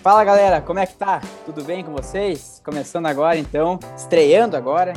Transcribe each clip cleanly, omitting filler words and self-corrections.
Fala galera, como é que tá? Tudo bem com vocês? Começando agora então, estreando agora,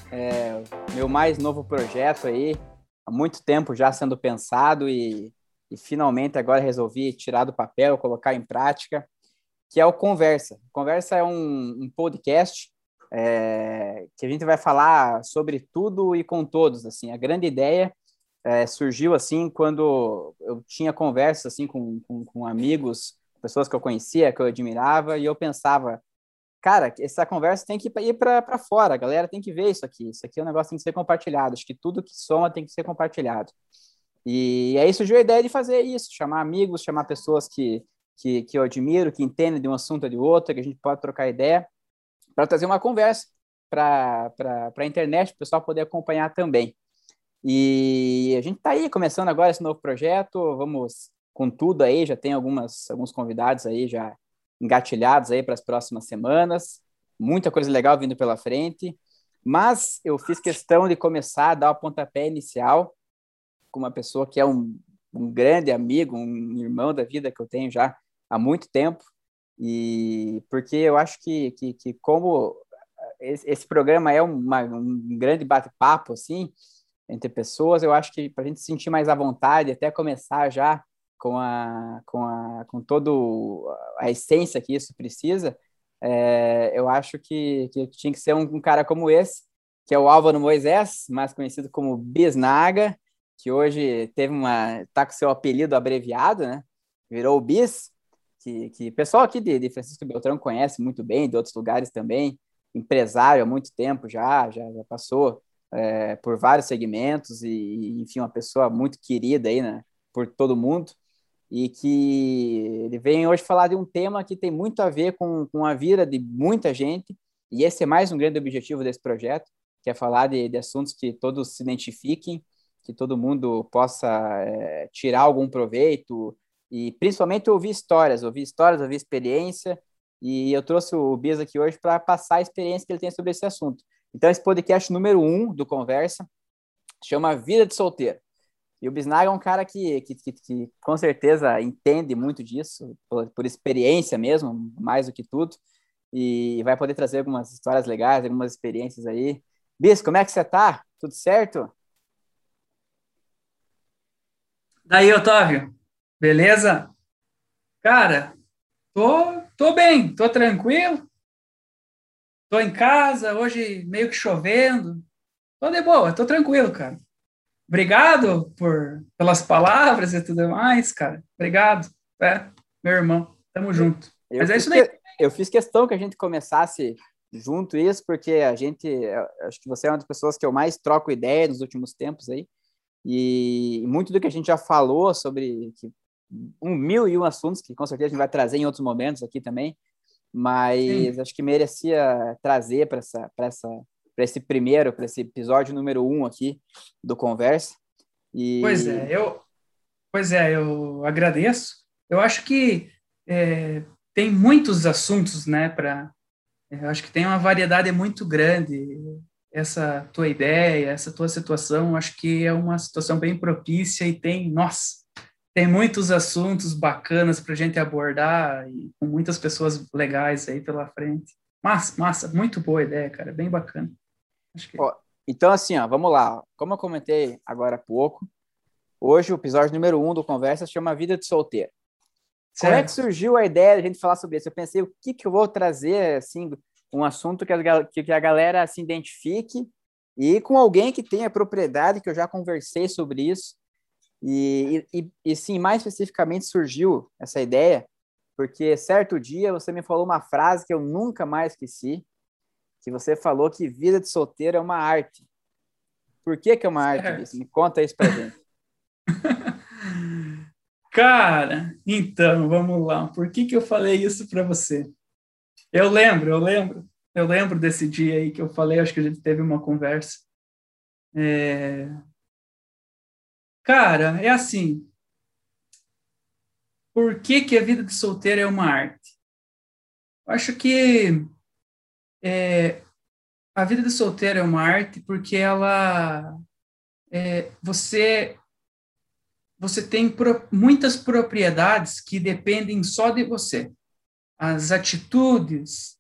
meu mais novo projeto aí, há muito tempo já sendo pensado e finalmente agora resolvi tirar do papel, colocar em prática, que é o Conversa. Conversa é um podcast que a gente vai falar sobre tudo e com todos, assim, a grande ideia surgiu assim quando eu tinha conversas assim com amigos, pessoas que eu conhecia, que eu admirava, e eu pensava, cara, essa conversa tem que ir para fora, a galera tem que ver isso aqui é um negócio que tem que ser compartilhado, acho que tudo que soma tem que ser compartilhado. E aí surgiu a ideia de fazer isso, chamar amigos, chamar pessoas que eu admiro, que entendem de um assunto ou de outro, que a gente pode trocar ideia, para trazer uma conversa para a internet, para o pessoal poder acompanhar também. E a gente está aí começando agora esse novo projeto, vamos com tudo aí, já tem alguns convidados aí já engatilhados aí para as próximas semanas, muita coisa legal vindo pela frente, mas eu fiz questão de começar a dar o pontapé inicial com uma pessoa que é um grande amigo, um irmão da vida que eu tenho já há muito tempo, e porque eu acho que como esse programa é um grande bate-papo, assim, entre pessoas, eu acho que para a gente se sentir mais à vontade, até começar já com todo a essência que isso precisa, eu acho que tinha que ser um cara como esse, que é o Álvaro Moisés, mais conhecido como Bisnaga, que hoje tá com seu apelido abreviado, né? Virou o Bis, que o pessoal aqui de Francisco Beltrão conhece muito bem, de outros lugares também, empresário há muito tempo já passou por vários segmentos e, enfim, uma pessoa muito querida aí, né, por todo mundo, e que ele vem hoje falar de um tema que tem muito a ver com a vida de muita gente, e esse é mais um grande objetivo desse projeto, que é falar de assuntos que todos se identifiquem, que todo mundo possa tirar algum proveito, e principalmente ouvir histórias, ouvir experiência, e eu trouxe o Bis aqui hoje para passar a experiência que ele tem sobre esse assunto. Então, esse podcast número 1 do Conversa chama Vida de Solteiro. E o Bisnaga é um cara que com certeza entende muito disso, por experiência mesmo, mais do que tudo, e vai poder trazer algumas histórias legais, algumas experiências aí. Bis, como é que você tá? Tudo certo? Daí, Otávio, beleza? Cara, tô bem, tô tranquilo, tô em casa, hoje meio que chovendo, tô de boa, tô tranquilo, cara. Obrigado pelas palavras e tudo mais, cara. Obrigado, meu irmão, tamo Eu, junto. eu Mas é fiz, isso daí. que, eu fiz questão que a gente começasse junto isso, porque acho que você é uma das pessoas que eu mais troco ideia nos últimos tempos aí, e muito do que a gente já falou sobre mil e um assuntos, que com certeza a gente vai trazer em outros momentos aqui também, mas Sim. acho que merecia trazer para esse episódio número 1 aqui do Conversa. Pois E é, eu agradeço. Eu acho que é, tem muitos assuntos, né, eu acho que tem uma variedade muito grande. Essa tua ideia, essa tua situação, acho que é uma situação bem propícia e tem muitos assuntos bacanas para a gente abordar e com muitas pessoas legais aí pela frente. Massa, muito boa ideia, cara, bem bacana. Acho que ó, então, assim, ó, vamos lá. Como eu comentei agora há pouco, hoje o episódio número 1 do Conversa se chama Vida de Solteiro. Como é que certo. surgiu a ideia de a gente falar sobre isso? Eu pensei, o que eu vou trazer, assim, um assunto que a galera se identifique e com alguém que tenha propriedade, que eu já conversei sobre isso. E sim, mais especificamente surgiu essa ideia, porque certo dia você me falou uma frase que eu nunca mais esqueci, que você falou que vida de solteiro é uma arte. Por que é uma arte, Bis? Certo. Me conta isso pra gente. Cara, então, vamos lá. Por que eu falei isso para você? Eu lembro desse dia aí que eu falei, acho que a gente teve uma conversa. É, Cara, é assim, por que a vida de solteiro é uma arte? Eu acho que é, a vida de solteiro é uma arte porque você você tem muitas propriedades que dependem só de você. as atitudes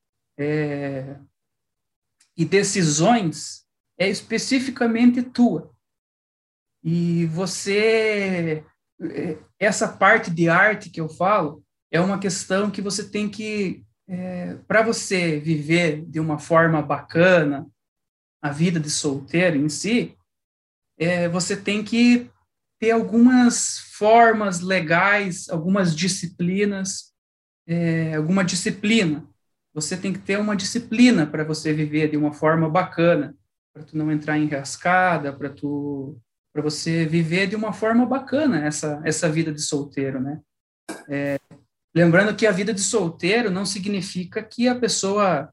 e decisões é especificamente tua. E você, essa parte de arte que eu falo, é uma questão que você tem que, para você viver de uma forma bacana, a vida de solteiro em si, você tem que ter algumas formas legais, algumas disciplinas, alguma disciplina. Você tem que ter uma disciplina para você viver de uma forma bacana, para tu não entrar em enrascada, para você viver de uma forma bacana essa vida de solteiro, né? Lembrando que a vida de solteiro não significa que a pessoa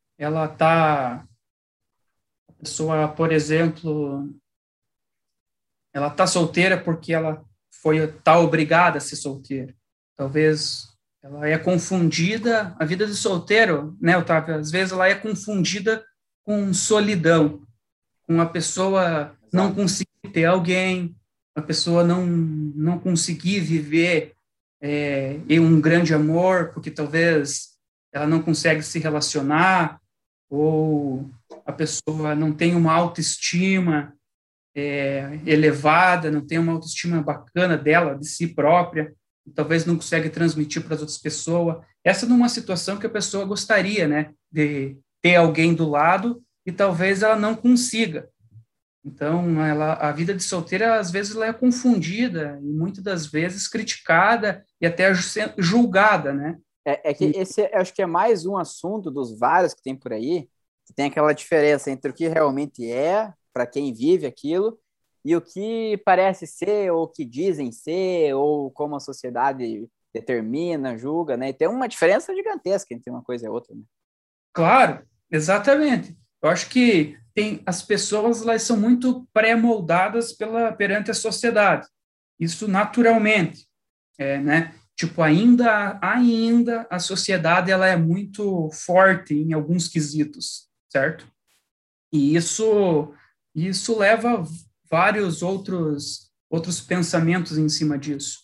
por exemplo, ela tá solteira porque ela tá obrigada a ser solteira. Talvez ela é confundida, a vida de solteiro, né, Otávio? Às vezes ela é confundida com solidão, com a pessoa não conseguir ter alguém, a pessoa não conseguir viver em um grande amor, porque talvez ela não consegue se relacionar, ou a pessoa não tem uma autoestima elevada, não tem uma autoestima bacana dela, de si própria, talvez não consegue transmitir para as outras pessoas. Essa é uma situação que a pessoa gostaria, né, de ter alguém do lado e talvez ela não consiga. Então, a vida de solteira, às vezes, ela é confundida e muitas das vezes criticada e até julgada, né? Que esse, eu acho que é mais um assunto dos vários que tem por aí, que tem aquela diferença entre o que realmente é, para quem vive aquilo, e o que parece ser, ou o que dizem ser, ou como a sociedade determina, julga, né? E tem uma diferença gigantesca entre uma coisa e outra, né? Claro, exatamente. Eu acho que as pessoas elas são muito pré-moldadas perante a sociedade. Isso naturalmente, né? Tipo, ainda a sociedade ela é muito forte em alguns quesitos, certo? E isso leva vários outros pensamentos em cima disso.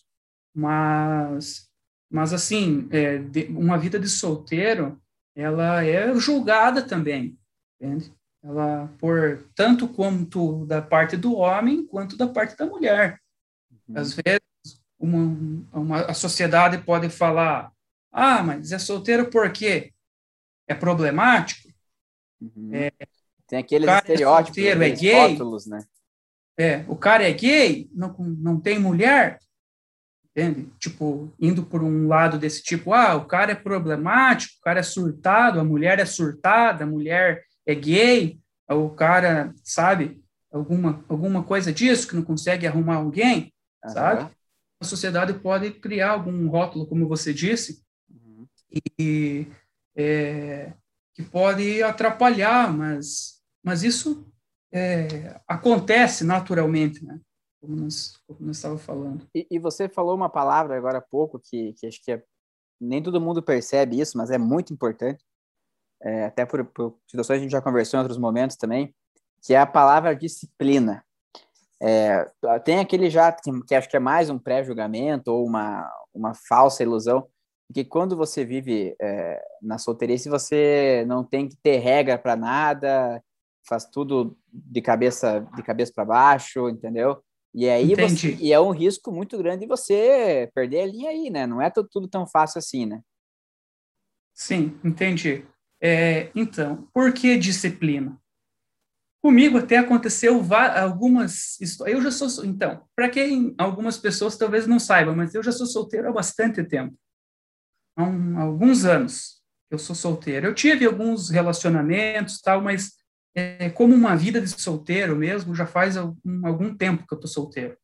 Mas assim, uma vida de solteiro, ela é julgada também, entende? Ela por tanto quanto da parte do homem quanto da parte da mulher. Às vezes a sociedade pode falar: ah, mas é solteiro por quê? É problemático? Tem O aqueles cara é estereótipos, solteiro, é aqueles gay? rótulos, né? O cara é gay? Não tem mulher? Entende? Tipo, indo por um lado desse tipo, o cara é problemático, o cara é surtado, a mulher é surtada, a mulher é gay, o cara, sabe, alguma coisa disso, que não consegue arrumar alguém, sabe? A sociedade pode criar algum rótulo, como você disse, e que pode atrapalhar, mas isso acontece naturalmente, né? Como nós estávamos falando. E você falou uma palavra agora há pouco que acho que nem todo mundo percebe isso, mas é muito importante, até por situações que a gente já conversou em outros momentos também, que é a palavra disciplina. Tem aquele já que acho que é mais um pré-julgamento ou uma falsa ilusão, que quando você vive na solteirice, você não tem que ter regra para nada, faz tudo de cabeça para baixo, entendeu? E aí Entendi. e é um risco muito grande de você perder a linha aí, né? Não é tudo tão fácil assim, né? Sim, entendi. Então, por que disciplina? Comigo até aconteceu algumas histórias. Eu já sou. Então, para quem algumas pessoas talvez não saibam, mas eu já sou solteiro há bastante tempo. Há alguns anos eu sou solteiro. Eu tive alguns relacionamentos, tal, mas como uma vida de solteiro mesmo, já faz algum tempo que eu estou solteiro.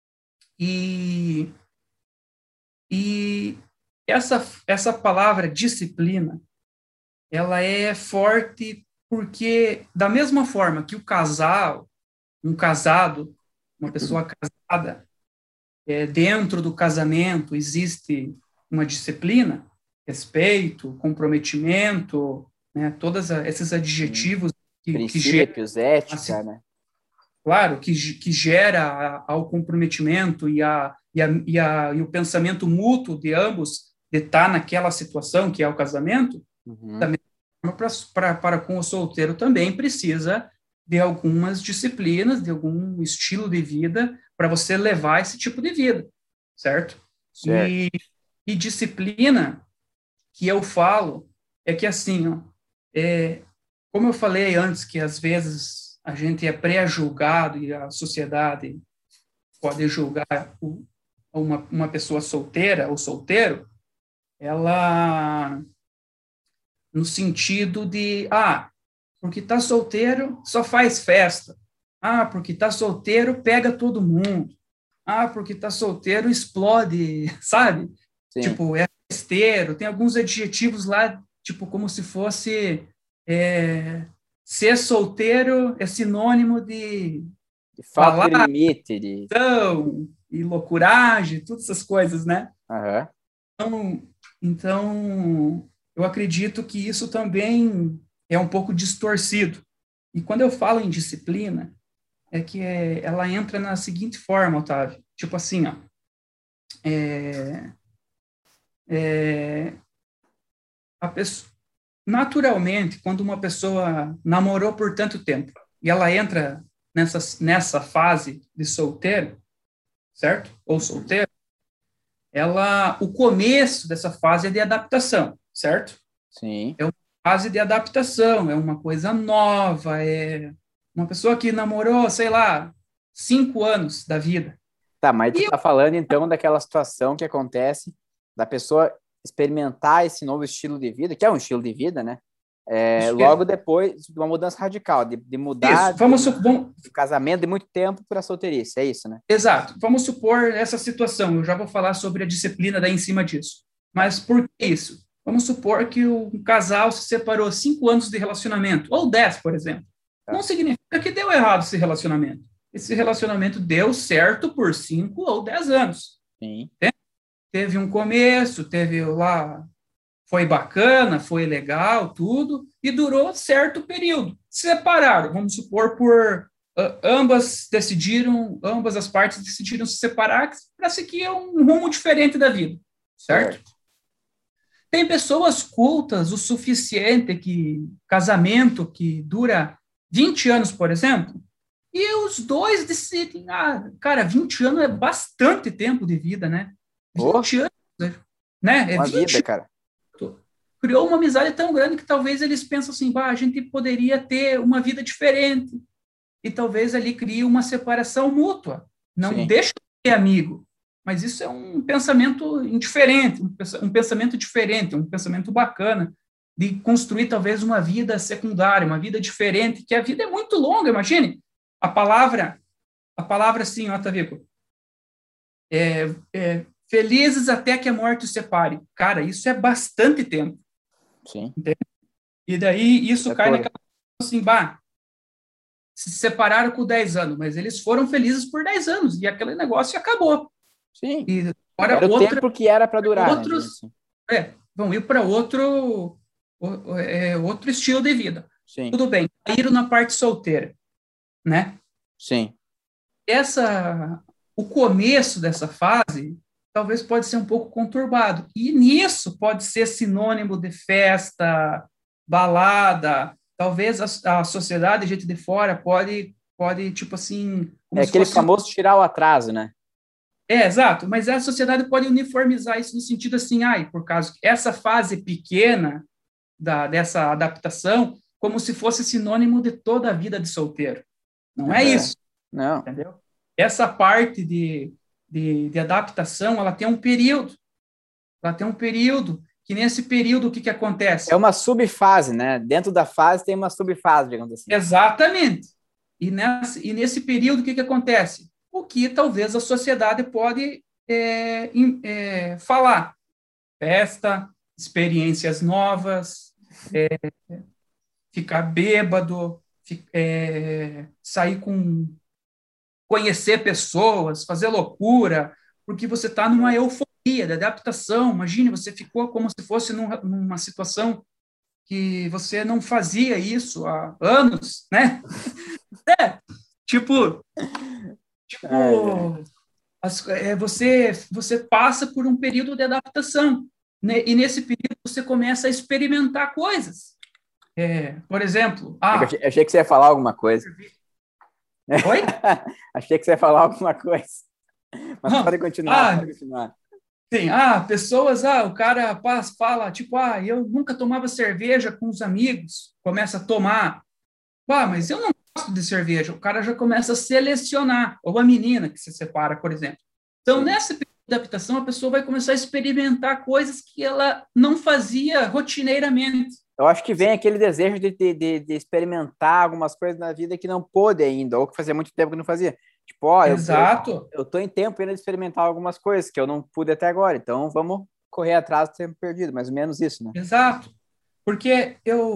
E, e essa palavra disciplina, ela é forte porque, da mesma forma que um casado, uma pessoa casada, dentro do casamento existe uma disciplina, respeito, comprometimento, né, todos esses adjetivos que geram, Princípios, ética, né? claro, que gera ao comprometimento e o pensamento mútuo de ambos de estar naquela situação que é o casamento, Uhum. da mesma forma para com o solteiro também precisa de algumas disciplinas, de algum estilo de vida para você levar esse tipo de vida, certo? Certo. E disciplina que eu falo é que assim, ó, como eu falei antes, que às vezes a gente é pré-julgado e a sociedade pode julgar uma pessoa solteira ou solteiro, ela no sentido de, porque tá solteiro só faz festa. Porque tá solteiro pega todo mundo. Porque tá solteiro explode, sabe? Sim. Tipo, é festeiro, tem alguns adjetivos lá, tipo, como se fosse ser solteiro é sinônimo de De falta de balação limite, de... e loucuragem, todas essas coisas, né? Aham. Então, eu acredito que isso também é um pouco distorcido. E quando eu falo em disciplina, é que ela entra na seguinte forma, Otávio. Tipo assim, ó, a pessoa, naturalmente, quando uma pessoa namorou por tanto tempo e ela entra nessa fase de solteiro, certo? Ou Uhum. solteiro, o começo dessa fase é de adaptação, certo? Sim. É uma fase de adaptação, é uma coisa nova, é uma pessoa que namorou, sei lá, 5 anos da vida. Tá, mas tu E tá falando então daquela situação que acontece da pessoa experimentar esse novo estilo de vida, que é um estilo de vida, né? Logo depois de uma mudança radical, de mudar isso, do casamento de muito tempo para a solteirice, é isso, né? exato, vamos supor essa situação, eu já vou falar sobre a disciplina daí em cima disso. Tá. Mas por que isso? Vamos supor que um casal se separou 5 anos de relacionamento, ou 10, por exemplo. Não Tá. significa que deu errado esse relacionamento. Esse relacionamento deu certo por 5 ou 10 anos. Sim. Teve um começo, teve lá, foi bacana, foi legal, tudo, e durou certo período. Se separaram, vamos supor, ambas as partes decidiram se separar para seguir um rumo diferente da vida, certo? Certo. Tem pessoas cultas o suficiente que casamento que dura 20 anos, por exemplo, e os dois decidem, cara, 20 anos é bastante tempo de vida, né? Oh, 20 anos, né? É uma 20 vida, cara. anos. Criou uma amizade tão grande que talvez eles pensam assim, a gente poderia ter uma vida diferente. E talvez ali crie uma separação mútua. Não Sim. deixa de ser amigo. Mas isso é um pensamento indiferente, um pensamento diferente, um pensamento bacana de construir talvez uma vida secundária, uma vida diferente, que a vida é muito longa, imagine. A palavra assim, ó, Tavico, felizes até que a morte os separe. Cara, isso é bastante tempo. Sim. Entende? E daí isso De cai acordo. naquela assim, se separaram com 10 anos, mas eles foram felizes por 10 anos e aquele negócio acabou. Sim. E agora Era o tempo que era para durar, né? Digamos outros assim. vão ir para outro estilo de vida. Sim. Tudo bem, caíram na parte solteira, né? Sim. O começo dessa fase talvez pode ser um pouco conturbado. E nisso pode ser sinônimo de festa, balada. Talvez a sociedade, gente de fora, pode tipo assim, É como se aquele fosse. famoso tirar o atraso, né? Exato, mas a sociedade pode uniformizar isso no sentido assim, por causa que essa fase pequena dessa adaptação, como se fosse sinônimo de toda a vida de solteiro. Não é Uhum. isso, Não. entendeu? Essa parte de adaptação, ela tem um período. Ela tem um período, que nesse período o que É acontece? uma subfase, né? Dentro da fase tem uma subfase, digamos assim. Exatamente. E nesse período o que acontece? O que talvez a sociedade pode falar. Festa, experiências novas, ficar bêbado, sair conhecer pessoas, fazer loucura, porque você está numa euforia de adaptação. Imagine, você ficou como se fosse numa situação que você não fazia isso há anos, né? Tipo, Ai, ai. tipo você passa por um período de adaptação. E nesse período você começa a experimentar coisas. Por exemplo, Achei que você ia falar alguma coisa. Oi? Achei que você ia falar alguma coisa. Mas Não. pode continuar, pode continuar. Sim, pessoas, o cara fala, tipo, eu nunca tomava cerveja com os amigos, começa a tomar. Mas eu não gosto de cerveja. O cara já começa a selecionar, ou a menina que se separa, por exemplo. Então, Sim. nessa adaptação, a pessoa vai começar a experimentar coisas que ela não fazia rotineiramente. Eu acho que vem aquele desejo de experimentar algumas coisas na vida que não pôde ainda, ou que fazia muito tempo que não fazia. Tipo, Exato. eu tô em tempo ainda de experimentar algumas coisas que eu não pude até agora, então vamos correr atrás do tempo perdido, mais ou menos isso, né? Exato. Porque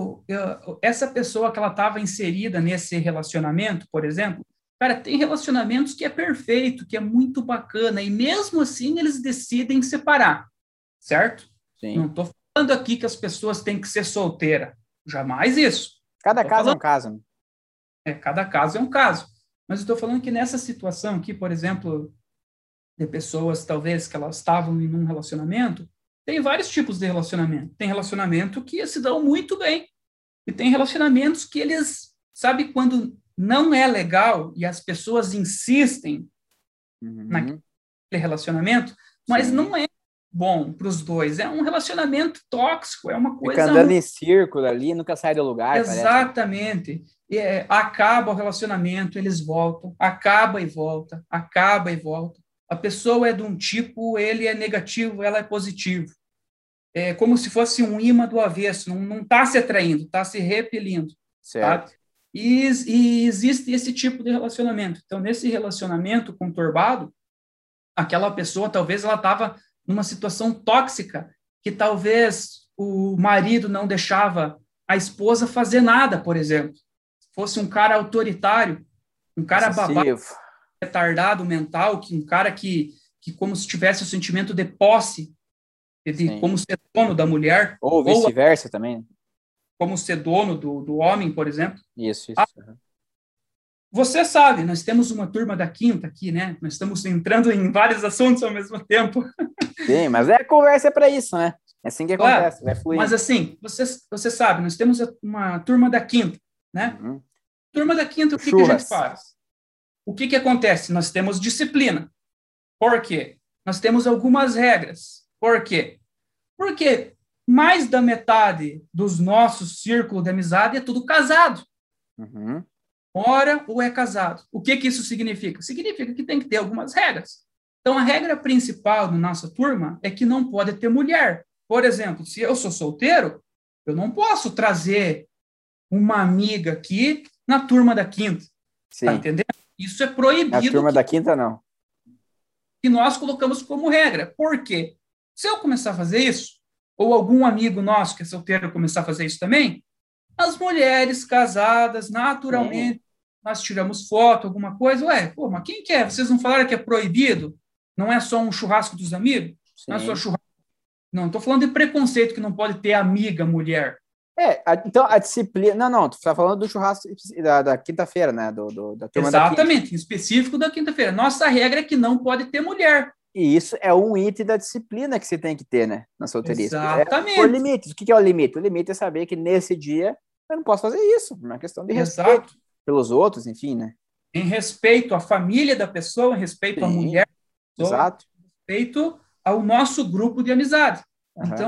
essa pessoa que ela estava inserida nesse relacionamento, por exemplo, cara, tem relacionamentos que é perfeito, que é muito bacana, e mesmo assim eles decidem separar, certo? Sim. Não estou falando aqui que as pessoas têm que ser solteiras, jamais isso. Cada caso é um caso, né? Cada caso é um caso. Mas eu estou falando que nessa situação aqui, por exemplo, de pessoas talvez que elas estavam em um relacionamento, tem vários tipos de relacionamento. Tem relacionamento que se dão muito bem. E tem relacionamentos que eles, sabe, quando não é legal e as pessoas insistem naquele relacionamento, mas Sim. não é bom para os dois. É um relacionamento tóxico, é uma coisa... Fica andando em círculo ali, nunca sai do lugar, Exatamente. parece. Acaba o relacionamento, eles voltam, acaba e volta, acaba e volta. A pessoa é de um tipo, ele é negativo, ela é positivo. É como se fosse um imã do avesso, não está se atraindo, está se repelindo. Certo. Tá? E existe esse tipo de relacionamento. Então, nesse relacionamento conturbado, aquela pessoa, talvez ela estava numa situação tóxica, que talvez o marido não deixava a esposa fazer nada, por exemplo. Fosse um cara autoritário, um cara babado, retardado mental, um cara que como se tivesse o sentimento de posse, de como ser dono da mulher. Ou vice-versa também. Como ser dono do homem, por exemplo. Isso. Você sabe, nós temos uma turma da quinta aqui, né? Nós estamos entrando em vários assuntos ao mesmo tempo. Sim, mas a conversa é para isso, né? É assim que acontece, vai fluindo. Mas assim, você sabe, nós temos uma turma da quinta, né? Turma da quinta, o que a gente faz? O que acontece? Nós temos disciplina. Por quê? Nós temos algumas regras. Por quê? Porque mais da metade dos nossos círculos de amizade é tudo casado. Mora ou é casado. O que isso significa? Significa que tem que ter algumas regras. Então, a regra principal da nossa turma é que não pode ter mulher. Por exemplo, se eu sou solteiro, eu não posso trazer uma amiga aqui na turma da quinta. Sim. Tá entendendo? Isso é proibido. Na turma da quinta, não. Que nós colocamos como regra. Por quê? Se eu começar a fazer isso, ou algum amigo nosso que é solteiro começar a fazer isso também, as mulheres casadas, naturalmente, nós tiramos foto, alguma coisa. Mas quem que é? Vocês não falaram que é proibido? Não é só um churrasco dos amigos? Sim. Não é só churrasco. Não, estou falando de preconceito que não pode ter amiga mulher. Então a disciplina... Não, tu está falando do churrasco da quinta-feira, né? Da turma Exatamente, em específico da quinta-feira. Nossa regra é que não pode ter mulher. E isso é um item da disciplina que você tem que ter, né? Na solteirice. Exatamente. Por limites. O que é o limite? O limite é saber que nesse dia eu não posso fazer isso. É uma questão de respeito pelos outros, enfim, né? Em respeito à família da pessoa, em respeito à mulher da pessoa, exato. Em respeito ao nosso grupo de amizade. Então,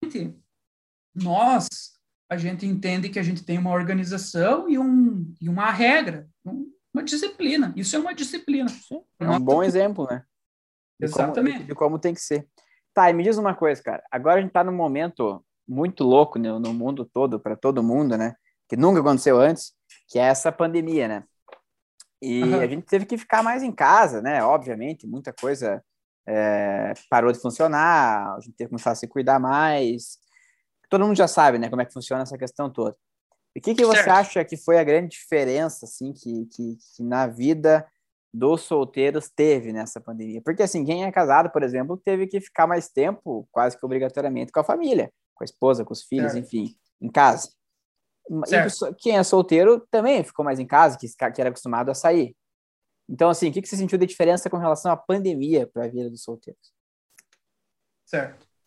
a gente entende que a gente tem uma organização e uma regra, uma disciplina. Isso é uma disciplina. Sim, é um bom exemplo, né? Exatamente. De como tem que ser. Tá, e me diz uma coisa, cara. Agora a gente tá num momento muito louco, né, no mundo todo, para todo mundo, né? Que nunca aconteceu antes, que é essa pandemia, né? E a gente teve que ficar mais em casa, né? Obviamente, muita coisa parou de funcionar, a gente teve que começar a se cuidar mais. Todo mundo já sabe, né, como é que funciona essa questão toda. E o que você acha que foi a grande diferença, assim, que na vida dos solteiros teve nessa pandemia? Porque, assim, quem é casado, por exemplo, teve que ficar mais tempo, quase que obrigatoriamente, com a família, com a esposa, com os filhos, enfim, em casa. E quem é solteiro também ficou mais em casa, que era acostumado a sair. Então, assim, o que você sentiu de diferença com relação à pandemia para a vida dos solteiros? Certo.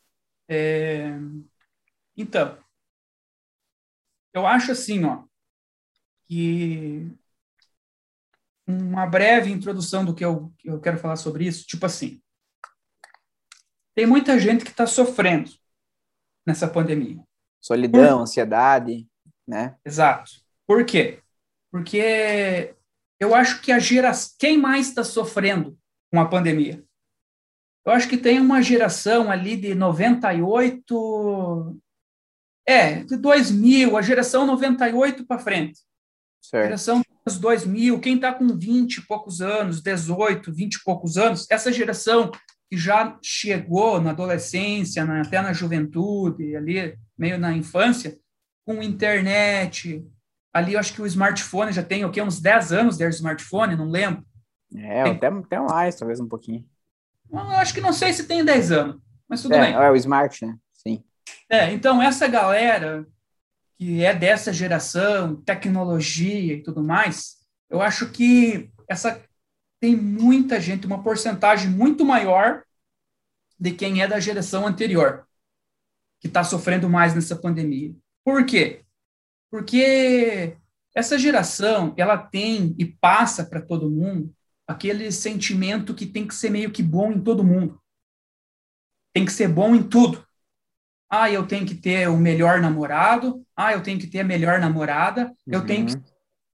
Então, eu acho assim, ó, que uma breve introdução do que eu quero falar sobre isso, tipo assim, tem muita gente que está sofrendo nessa pandemia. Solidão, ansiedade, né? Exato. Por quê? Porque eu acho que quem mais está sofrendo com a pandemia? Eu acho que tem uma geração ali de 98, de 2000, a geração 98 para frente. Certo. Geração dos 2000, quem está com 20 e poucos anos, 18, 20 e poucos anos, essa geração que já chegou na adolescência, até na juventude, ali meio na infância, com internet, ali eu acho que o smartphone já tem o quê? Uns 10 anos de smartphone, não lembro. Tem, Até mais, talvez um pouquinho. eu acho que não sei se tem 10 anos, mas tudo bem. É o Smart, né? Sim. Então essa galera que é dessa geração, tecnologia e tudo mais, eu acho que tem muita gente, uma porcentagem muito maior de quem é da geração anterior, que está sofrendo mais nessa pandemia. Por quê? Porque essa geração, ela tem e passa para todo mundo aquele sentimento que tem que ser meio que bom em todo mundo. Tem que ser bom em tudo. Eu tenho que ter o melhor namorado. Eu tenho que ter a melhor namorada. Eu tenho que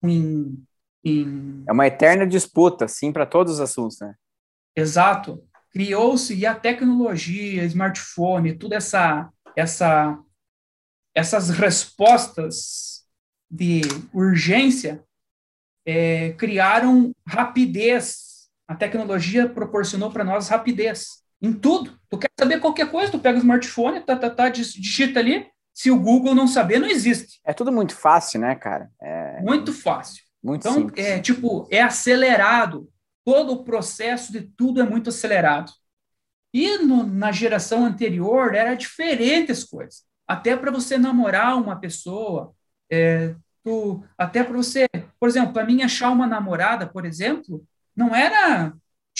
É uma eterna disputa, assim, para todos os assuntos, né? Exato. Criou-se, e a tecnologia, smartphone, toda essas respostas de urgência criaram rapidez. A tecnologia proporcionou para nós rapidez em tudo. Tu quer saber qualquer coisa, tu pega o smartphone, digita ali. Se o Google não saber, não existe. É tudo muito fácil, né, cara? Muito fácil. Muito Então, simples. é acelerado. Todo o processo de tudo é muito acelerado. E na geração anterior era diferente as coisas. Até para você namorar uma pessoa, até para você, por exemplo, para mim achar uma namorada, por exemplo, não era,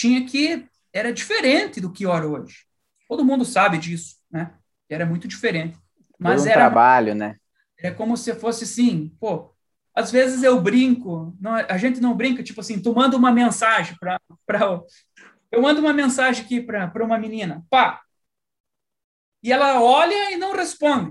era diferente do que era hoje. Todo mundo sabe disso, né? Era muito diferente. Mas Todo um trabalho, né? É como se fosse assim, pô, às vezes eu brinco, a gente não brinca, tipo assim, tu manda uma mensagem eu mando uma mensagem aqui para uma menina, pá, e ela olha e não responde.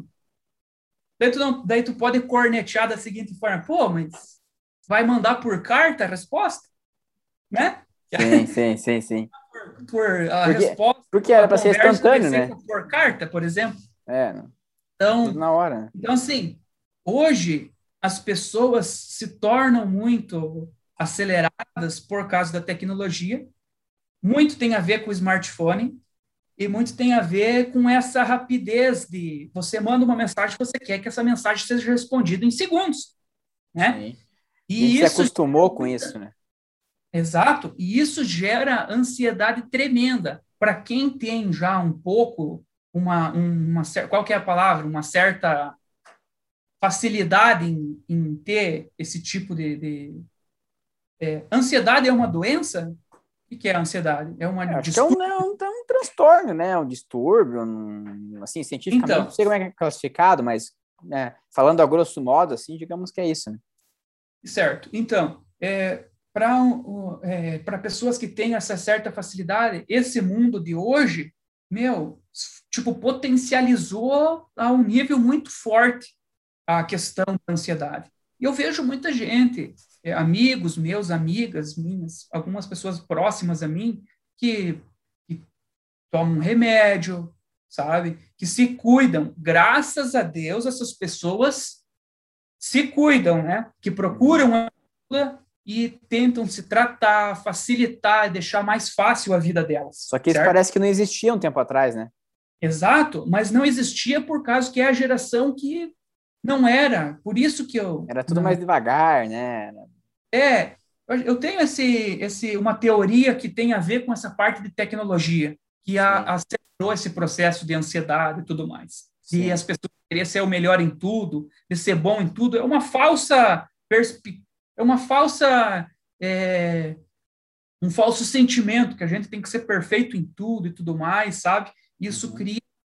Daí tu pode cornetear da seguinte forma, pô, mas vai mandar por carta a resposta? Né? Sim. Por a resposta, porque era para ser conversa instantâneo, né? Por carta, por exemplo. Tudo na hora. Então, assim, hoje as pessoas se tornam muito aceleradas por causa da tecnologia. Muito tem a ver com o smartphone e muito tem a ver com essa rapidez de você manda uma mensagem, você quer que essa mensagem seja respondida em segundos, né? Sim. E a gente se acostumou com isso, né? Exato. E isso gera ansiedade tremenda para quem tem já um pouco qual que é a palavra? Uma certa facilidade em ter esse tipo de ansiedade é uma doença? O que é a ansiedade? É uma acho que é um transtorno, né? Um distúrbio, assim, cientificamente, então, não sei como é que é classificado, mas falando a grosso modo, assim, digamos que é isso, né? Certo. Então, para pessoas que têm essa certa facilidade, esse mundo de hoje, tipo, potencializou a um nível muito forte a questão da ansiedade. E eu vejo muita gente, amigos meus, amigas minhas, algumas pessoas próximas a mim, que tomam remédio, sabe? Que se cuidam. Graças a Deus, essas pessoas se cuidam, né? Que procuram ajuda e tentam se tratar, facilitar, deixar mais fácil a vida delas. Só que isso parece que não existia um tempo atrás, né? Exato, mas não existia por causa que é a geração que não era. Por isso que Era tudo mais devagar, né? Eu tenho uma teoria que tem a ver com essa parte de tecnologia, que acelerou esse processo de ansiedade e tudo mais. E as pessoas queriam ser o melhor em tudo, de ser bom em tudo. É uma falsa um falso sentimento que a gente tem que ser perfeito em tudo e tudo mais, sabe? Isso cria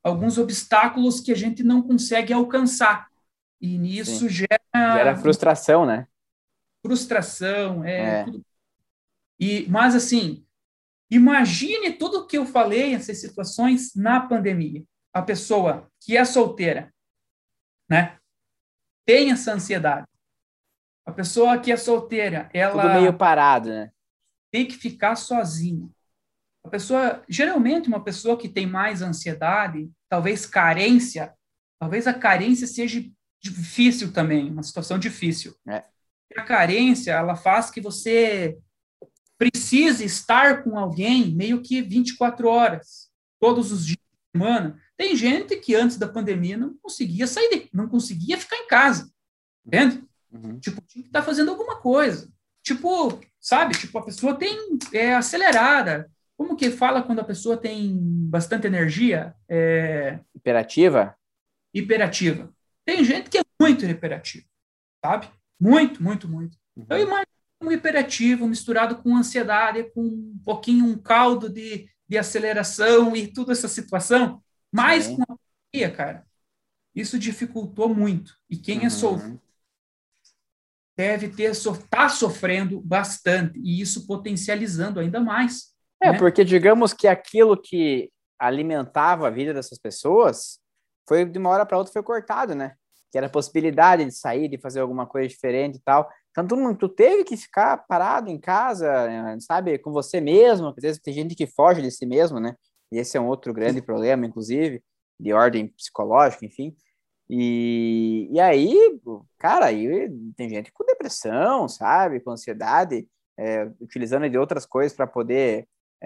alguns obstáculos que a gente não consegue alcançar. E nisso Sim. Gera frustração, né? Frustração, tudo. Mas, assim, imagine tudo o que eu falei, essas situações, na pandemia. A pessoa que é solteira, né, tem essa ansiedade. A pessoa que é solteira, ela tudo meio parado, né? tem que ficar sozinha. A pessoa, geralmente, uma pessoa que tem mais ansiedade, talvez a carência seja difícil também, uma situação difícil. A carência, ela faz que você precise estar com alguém meio que 24 horas, todos os dias da semana. Tem gente que antes da pandemia não conseguia sair, não conseguia ficar em casa, entende? Tipo, tinha que estar fazendo alguma coisa. Tipo, sabe? Tipo, a pessoa é acelerada. Como que fala quando a pessoa tem bastante energia? Hiperativa? Hiperativa. Tem gente que é muito hiperativa, sabe? Muito, muito, muito. Eu imagino um hiperativo misturado com ansiedade, com um pouquinho, um caldo de aceleração e toda essa situação. Mas com a pandemia, cara, isso dificultou muito. E quem é solteiro deve tá sofrendo bastante, e isso potencializando ainda mais. Né? Porque digamos que aquilo que alimentava a vida dessas pessoas foi de uma hora para outra foi cortado, né? Que era a possibilidade de sair, de fazer alguma coisa diferente e tal. Então tu teve que ficar parado em casa, sabe, com você mesmo. Às vezes tem gente que foge de si mesmo, né? E esse é um outro grande problema, inclusive, de ordem psicológica, enfim. E aí, cara, aí tem gente com depressão, sabe, com ansiedade, utilizando de outras coisas para poder,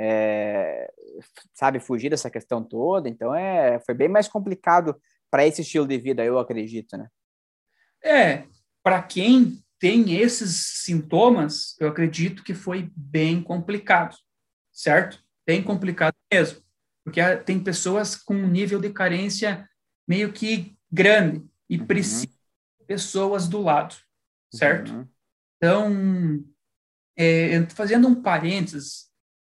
sabe, fugir dessa questão toda. Então, foi bem mais complicado para esse estilo de vida, eu acredito, né? Para quem tem esses sintomas, eu acredito que foi bem complicado, certo? Bem complicado mesmo, porque tem pessoas com um nível de carência meio que grande e precisam de pessoas do lado, certo? Então, fazendo um parênteses,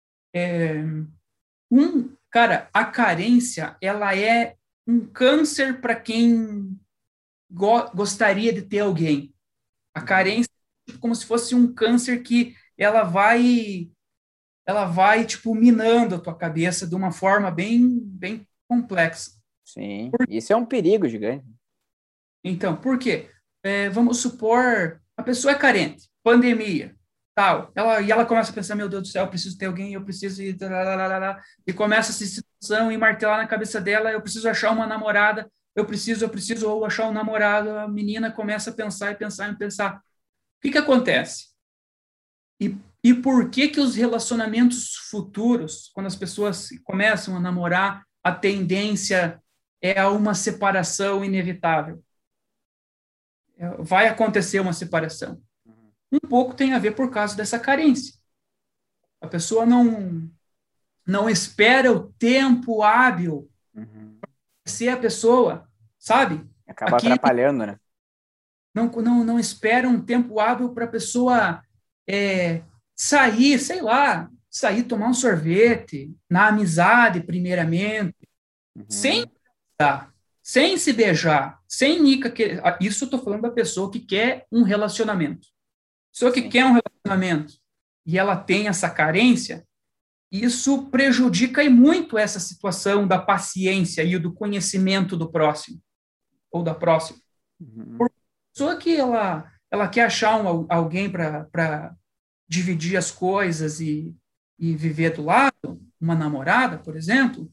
cara, a carência, ela é um câncer para quem gostaria de ter alguém. A carência é como se fosse um câncer que ela vai tipo minando a tua cabeça de uma forma bem bem complexa. Sim, isso é um perigo gigante. Então, por quê? Vamos supor, a pessoa é carente, pandemia, tal, ela começa a pensar, meu Deus do céu, eu preciso ter alguém, eu preciso ir, e começa essa situação e martelar na cabeça dela, eu preciso achar uma namorada, eu preciso ou achar um namorado. A menina começa a pensar e pensar e pensar. O que acontece? E por que os relacionamentos futuros, quando as pessoas começam a namorar, a tendência é a uma separação inevitável? Vai acontecer uma separação. Um pouco tem a ver por causa dessa carência. A pessoa não espera o tempo hábil para ser a pessoa, sabe? Acaba atrapalhando, né? Não espera um tempo hábil para a pessoa sair, sei lá, tomar um sorvete, na amizade, primeiramente, sem se beijar, sem isso eu estou falando da pessoa que quer um relacionamento. Pessoa que quer um relacionamento e ela tem essa carência, isso prejudica e muito essa situação da paciência e do conhecimento do próximo, ou da próxima. Por pessoa que ela quer achar alguém para dividir as coisas e viver do lado, uma namorada, por exemplo,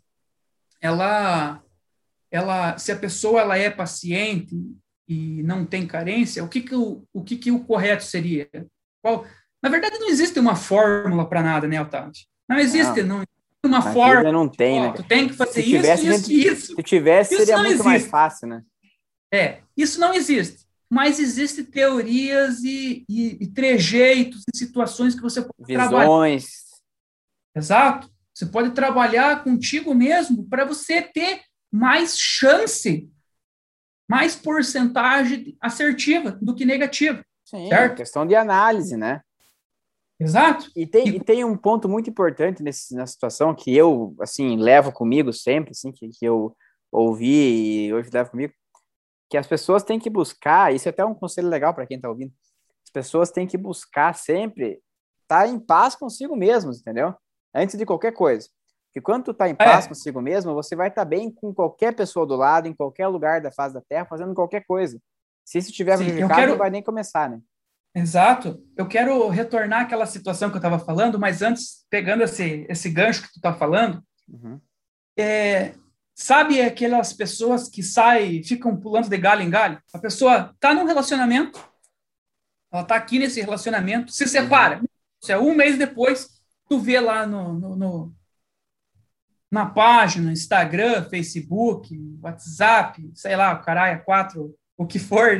se a pessoa ela é paciente e não tem carência, o que o correto seria? Na verdade, não existe uma fórmula para nada, né, Otávio? Não existe uma fórmula. Não tem, né? Tu tem que fazer isso. Se tivesse, isso seria muito mais fácil, né? Isso não existe. Mas existem teorias e trejeitos e situações que você pode trabalhar. Exato. Você pode trabalhar contigo mesmo para você ter mais chance, mais porcentagem assertiva do que negativa. Sim, certo? Questão de análise, né? Exato. E tem um ponto muito importante nessa situação que eu, assim, levo comigo sempre, assim, que eu ouvi e hoje leva comigo, que as pessoas têm que buscar, isso é até um conselho legal para quem está ouvindo, as pessoas têm que buscar sempre estar em paz consigo mesmos, entendeu? Antes de qualquer coisa. Porque quando tu tá em paz consigo mesmo, você vai estar bem com qualquer pessoa do lado, em qualquer lugar da face da Terra, fazendo qualquer coisa. Se isso estiver prejudicado, não vai nem começar, né? Exato. Eu quero retornar àquela situação que eu estava falando, mas antes, pegando esse gancho que tu está falando, sabe aquelas pessoas que saem, ficam pulando de galho em galho? A pessoa está num relacionamento, ela está aqui nesse relacionamento, se separa. Um mês depois, tu vê lá na página, Instagram, Facebook, WhatsApp, sei lá, o caralho, 4, o que for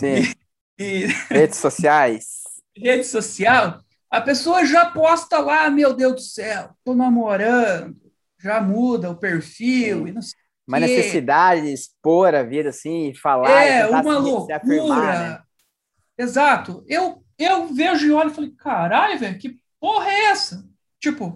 redes sociais. Rede social, a pessoa já posta lá, meu Deus do céu, tô namorando, já muda o perfil, e não sei uma necessidade de expor a vida assim, e falar, e tentar uma loucura. se afirmar, né? Exato. Eu vejo e olho e falei, caralho, velho, que porra é essa? Tipo,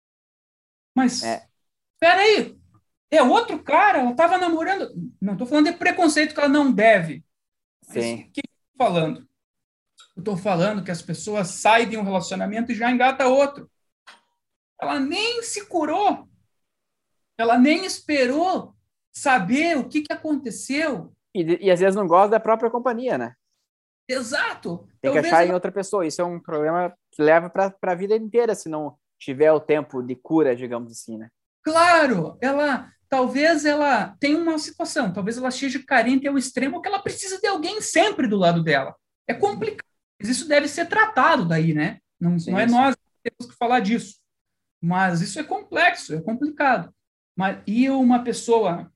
mas peraí, é outro cara, ela tava namorando. Não tô falando de preconceito que ela não deve. Sim. O que eu tô falando? Eu tô falando que as pessoas saem de um relacionamento e já engata outro. Ela nem se curou. Ela nem esperou saber o que aconteceu. E às vezes não gosta da própria companhia, né? Exato. Tem que achar em outra pessoa. Isso é um problema que leva para a vida inteira, se não tiver o tempo de cura, digamos assim, né? Claro, talvez ela tenha uma situação, talvez ela esteja carente ao extremo que ela precisa de alguém sempre do lado dela. É complicado, mas isso deve ser tratado daí, né? Não é nós que temos que falar disso. Mas isso é complexo, é complicado. E uma pessoa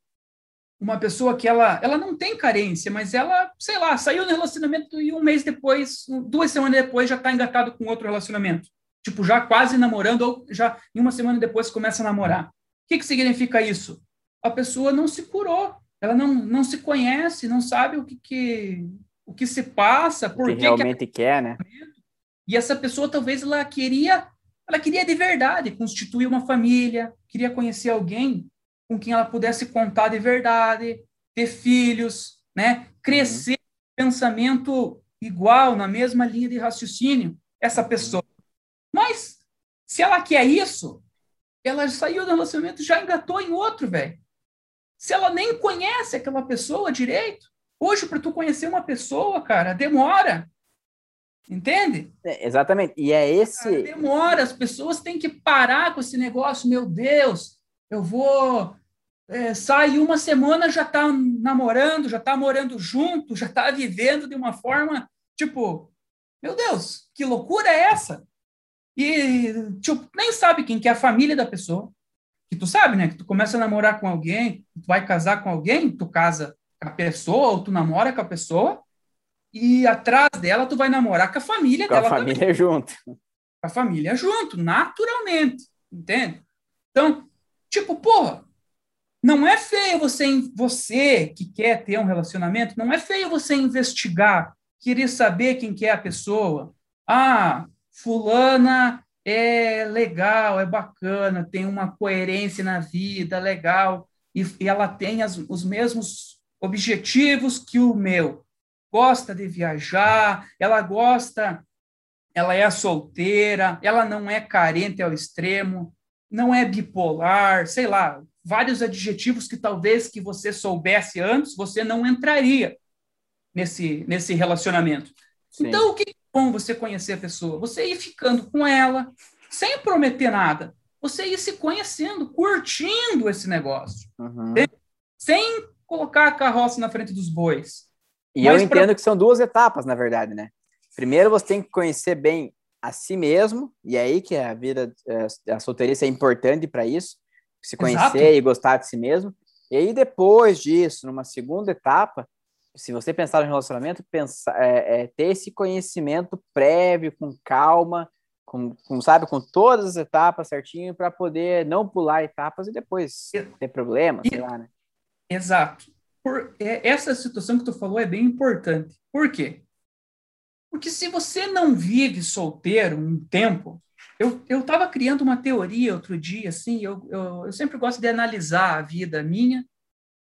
que ela não tem carência, mas ela, sei lá, saiu do relacionamento e um mês depois, 2 semanas depois, já está engatado com outro relacionamento. Tipo, já quase namorando, ou já em uma semana depois começa a namorar. O que significa isso? A pessoa não se curou, ela não se conhece, não sabe o que se passa, por que realmente quer, né? E essa pessoa talvez ela queria de verdade constituir uma família, queria conhecer alguém com quem ela pudesse contar de verdade, ter filhos, né? Crescer pensamento igual, na mesma linha de raciocínio, essa pessoa. Mas se ela quer isso, ela saiu do relacionamento e já engatou em outro, velho. Se ela nem conhece aquela pessoa direito, hoje, para tu conhecer uma pessoa, cara, demora. Entende? Exatamente. E é esse... Cara, demora. As pessoas têm que parar com esse negócio. Meu Deus, eu vou... sair uma semana, já tá namorando, já tá morando junto, já tá vivendo de uma forma, tipo... Meu Deus, que loucura é essa? E tipo, nem sabe quem que é a família da pessoa. Que tu sabe, né? Que tu começa a namorar com alguém, tu vai casar com alguém, tu casa com a pessoa, ou tu namora com a pessoa, e atrás dela tu vai namorar com a família dela também. Com a família junto. Com a família junto, naturalmente. Entende? Então, tipo, porra, não é feio você que quer ter um relacionamento, não é feio você investigar, querer saber quem que é a pessoa. Ah, fulana é legal, é bacana, tem uma coerência na vida, legal, e ela tem os mesmos objetivos que o meu. Gosta de viajar, ela é solteira, ela não é carente ao extremo, não é bipolar, sei lá, vários adjetivos que talvez que você soubesse antes, você não entraria nesse relacionamento. Sim. Então, o que é bom você conhecer a pessoa? Você ir ficando com ela, sem prometer nada. Você ir se conhecendo, curtindo esse negócio. Sem colocar a carroça na frente dos bois. E eu entendo que são 2 etapas, na verdade, né? Primeiro, você tem que conhecer bem a si mesmo, e é aí que a vida, a solteirice é importante para isso, se conhecer. Exato. E gostar de si mesmo. E aí, depois disso, numa segunda etapa, se você pensar no relacionamento, ter esse conhecimento prévio, com calma, sabe, com todas as etapas certinho, para poder não pular etapas e depois ter problemas, sei lá, né? Exato. Essa situação que tu falou é bem importante. Por quê? Porque se você não vive solteiro um tempo... Eu estava criando uma teoria outro dia, assim, eu sempre gosto de analisar a vida minha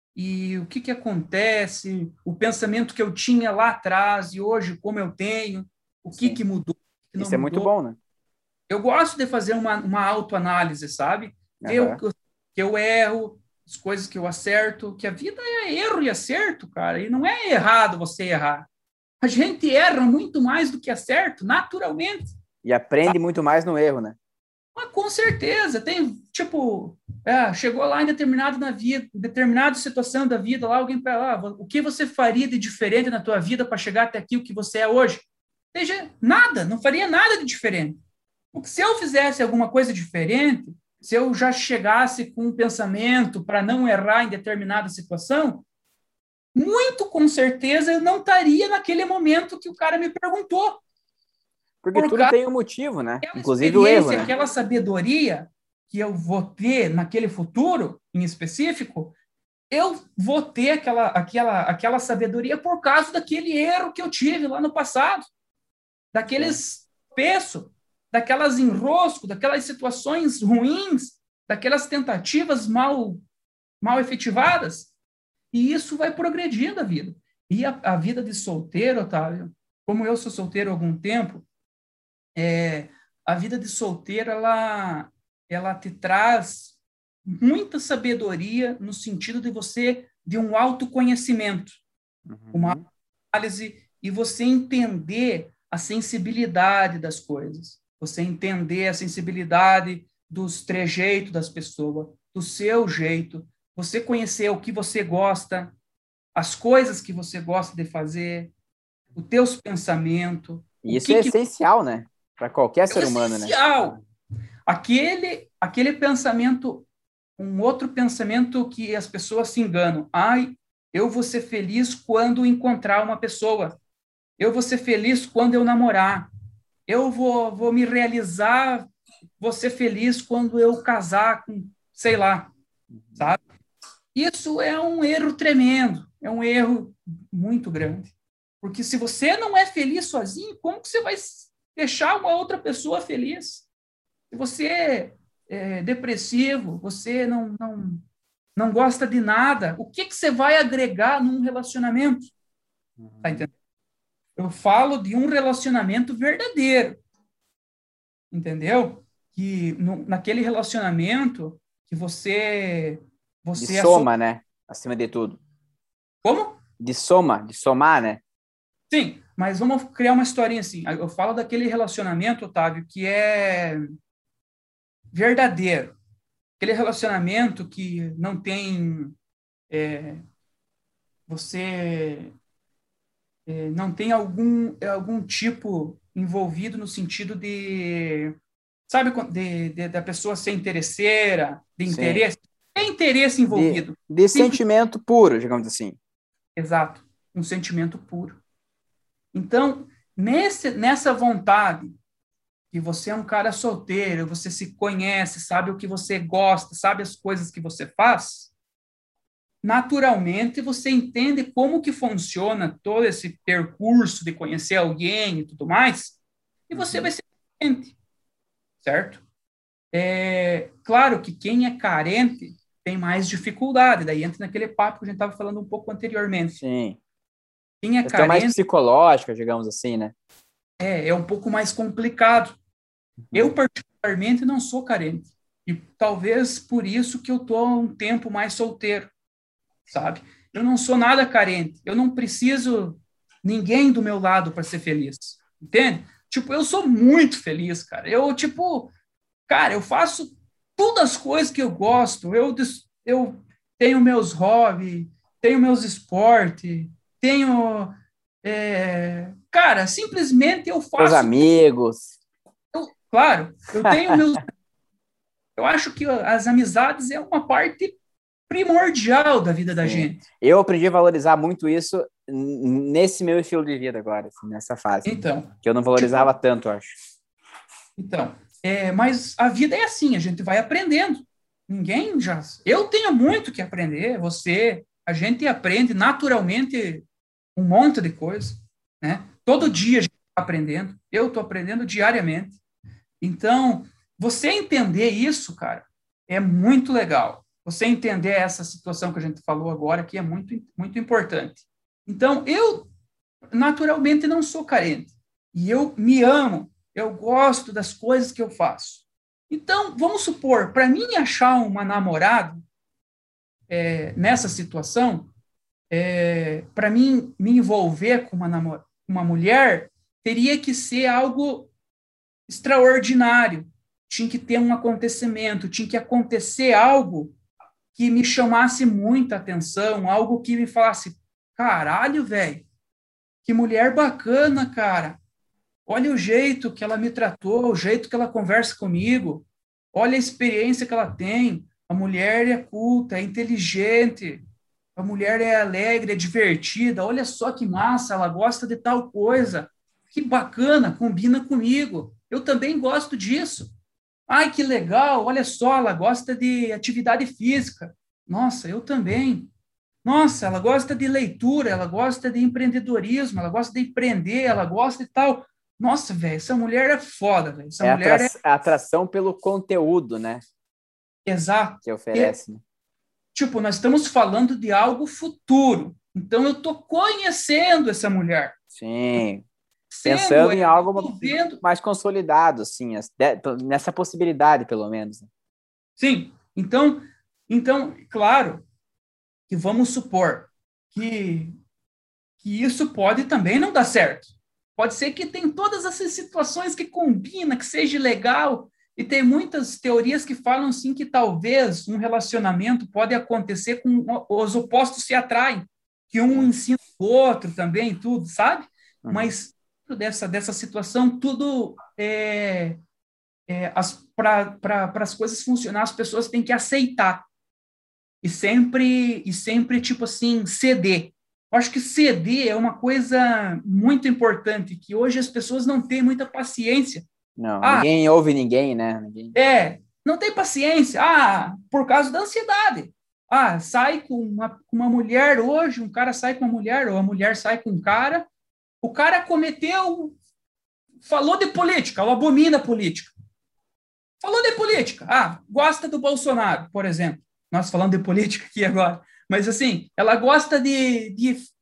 e o que acontece, o pensamento que eu tinha lá atrás e hoje como eu tenho, o que mudou, o que não Isso é muito mudou. bom, né? Eu gosto de fazer uma autoanálise, sabe? Ver o Aham. que eu erro, as coisas que eu acerto, que a vida é erro e acerto, cara, e não é errado você errar. A gente erra muito mais do que acerta, naturalmente. E aprende muito mais no erro, né? Mas com certeza, tem, tipo, chegou lá em determinada situação da vida, lá alguém para lá, o que você faria de diferente na tua vida para chegar até aqui, o que você é hoje? Seja nada, não faria nada de diferente. Porque se eu fizesse alguma coisa diferente, se eu já chegasse com um pensamento para não errar em determinada situação, muito com certeza eu não estaria naquele momento que o cara me perguntou. Porque Por tudo causa tem um motivo, né? daquela Inclusive o erro, experiência, né? aquela sabedoria que eu vou ter naquele futuro, em específico, eu vou ter aquela sabedoria por causa daquele erro que eu tive lá no passado, Sim. daqueles peço, daquelas enrosco, daquelas situações ruins, daquelas tentativas mal efetivadas. E isso vai progredindo a vida. E a vida de solteiro, Otávio, como eu sou solteiro há algum tempo, a vida de solteiro, ela te traz muita sabedoria no sentido de um autoconhecimento, uma Uhum. análise e você entender a sensibilidade das coisas, você entender a sensibilidade dos trejeitos das pessoas, do seu jeito, você conhecer o que você gosta, as coisas que você gosta de fazer, os teus pensamentos, E o isso é que essencial, né? Para qualquer é o ser humano, né? essencial. Aquele pensamento, um outro pensamento que as pessoas se enganam. Ai, eu vou ser feliz quando encontrar uma pessoa. Eu vou ser feliz quando eu namorar. Eu vou me realizar, vou ser feliz quando eu casar com, sei lá, sabe? Isso é um erro tremendo, é um erro muito grande. Porque se você não é feliz sozinho, como que você vai deixar uma outra pessoa feliz? Se você é depressivo, você não gosta de nada, o que você vai agregar num relacionamento? Tá Uhum. entendendo? Eu falo de um relacionamento verdadeiro, entendeu? Que naquele relacionamento que De você é soma, né? Acima de tudo. como? De somar, né? Sim, mas vamos criar uma historinha assim. Eu falo daquele relacionamento, Otávio, que é verdadeiro. Aquele relacionamento que não tem você não tem algum tipo envolvido no sentido de, sabe, da pessoa ser interesseira, de Sim. interesse. Tem interesse envolvido. De Simples, sentimento puro, digamos assim. exato, um sentimento puro. Então, nessa vontade que você é um cara solteiro, você se conhece, sabe o que você gosta, sabe as coisas que você faz, naturalmente você entende como que funciona todo esse percurso de conhecer alguém e tudo mais, e você vai Uhum. ser carente, certo? É claro que quem é carente tem mais dificuldade, daí entra naquele papo que a gente estava falando um pouco anteriormente. Sim. Quem é Questão mais carente psicológica, digamos assim, né? é um pouco mais complicado. Eu, Uhum. particularmente, não sou carente. E talvez por isso que eu estou há um tempo mais solteiro, sabe? Eu não sou nada carente. Eu não preciso ninguém do meu lado para ser feliz. Entende? Tipo, eu sou muito feliz, cara. Cara, eu faço todas as coisas que eu gosto. Eu tenho meus hobbies, tenho meus esportes, tenho. Cara, simplesmente eu Seus faço. amigos. Claro, eu tenho meus. Eu acho que as amizades é uma parte primordial da vida da Sim. gente. Eu aprendi a valorizar muito isso nesse meu estilo de vida agora, assim, nessa fase. Então, Que eu não tipo, valorizava tanto, eu acho. mas a vida é assim, a gente vai aprendendo. Ninguém já. Eu tenho muito que aprender, a gente aprende naturalmente um monte de coisa, né? Todo Uhum. dia a gente está aprendendo, eu estou aprendendo diariamente. Então, você entender isso, cara, é muito legal. você entender essa situação que a gente falou agora, que é muito, muito importante. Então, eu naturalmente não sou carente. E eu me amo. Eu gosto das coisas que eu faço. Então, vamos supor, para mim achar uma namorada nessa situação, para mim me envolver com uma mulher, teria que ser algo extraordinário. Tinha que ter um acontecimento, tinha que acontecer algo que me chamasse muita atenção, algo que me falasse, caralho, velho, que mulher bacana, cara. Olha o jeito que ela me tratou, o jeito que ela conversa comigo. Olha a experiência que ela tem. A mulher é culta, é inteligente. A mulher é alegre, é divertida. Olha só que massa, ela gosta de tal coisa. Que bacana, combina comigo. Eu também gosto disso. Ai, que legal, olha só, ela gosta de atividade física. Nossa, eu também. Nossa, ela gosta de leitura, ela gosta de empreendedorismo, ela gosta de empreender, ela gosta de tal. Nossa, velho, essa mulher é foda, velho. Essa mulher é a atração pelo conteúdo, né? exato. Que oferece. Né? Tipo, nós estamos falando de algo futuro. Então, eu estou conhecendo essa mulher. Sim. Pensando em algo mais consolidado, assim, nessa possibilidade, pelo menos. Sim. Então, claro, que vamos supor que isso pode também não dar certo. Pode ser que tem todas essas situações que combina, que seja legal, e tem muitas teorias que falam assim que talvez um relacionamento pode acontecer com os opostos se atraem, que um ensina o outro também, tudo, sabe? Uhum. Mas dessa situação, tudo para as coisas funcionar, as pessoas têm que aceitar e sempre tipo assim, ceder. Eu acho que ceder é uma coisa muito importante, que hoje as pessoas não têm muita paciência. Não, ninguém ouve ninguém, né? Ninguém... Não tem paciência. Por causa da ansiedade. Sai com uma mulher hoje, um cara sai com uma mulher, ou a mulher sai com um cara, o cara falou de política, ou abomina política. Falou de política. Gosta do Bolsonaro, por exemplo. Nós falando de política aqui agora. Mas, assim, ela gosta de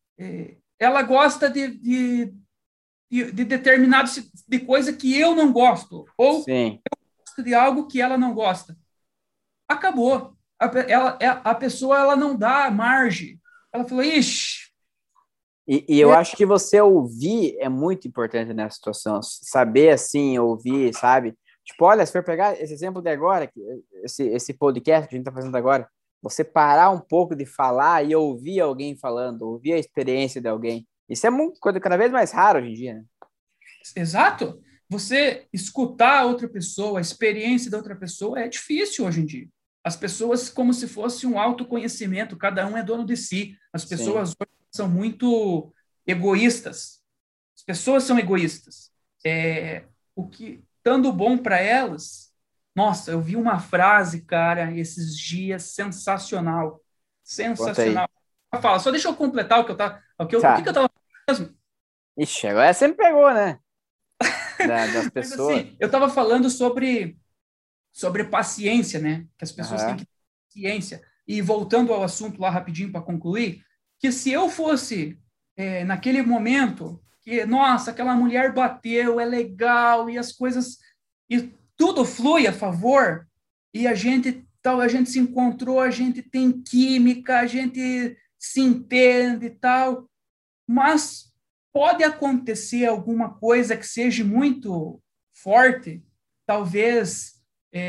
determinados de coisa que eu não gosto. Ou Sim. eu gosto de algo que ela não gosta. Acabou. A pessoa ela não dá margem. Ela falou, ixi. E eu acho que você ouvir é muito importante nessa situação. Saber, assim, ouvir, sabe? Tipo, olha, se for pegar esse exemplo de agora, esse podcast que a gente está fazendo agora, você parar um pouco de falar e ouvir alguém falando, ouvir a experiência de alguém. Isso é muito, cada vez mais raro hoje em dia, né? Exato. Você escutar a outra pessoa, a experiência da outra pessoa é difícil hoje em dia. As pessoas, como se fosse um autoconhecimento, cada um é dono de si. As pessoas hoje são muito egoístas. As pessoas são egoístas. O que estando bom para elas. Nossa, eu vi uma frase, cara, esses dias, sensacional. Sensacional. Fala, só deixa eu completar o que eu tava. O que eu tava mesmo? Ixi, agora você me pegou, né? Das pessoas. Mas, assim, eu tava falando sobre paciência, né? Que as pessoas têm que ter paciência. E voltando ao assunto lá rapidinho para concluir, que se eu fosse naquele momento que, nossa, aquela mulher bateu, é legal, e as coisas, e tudo flui a favor, e a gente se encontrou, a gente tem química, a gente se entende e tal, mas pode acontecer alguma coisa que seja muito forte, talvez,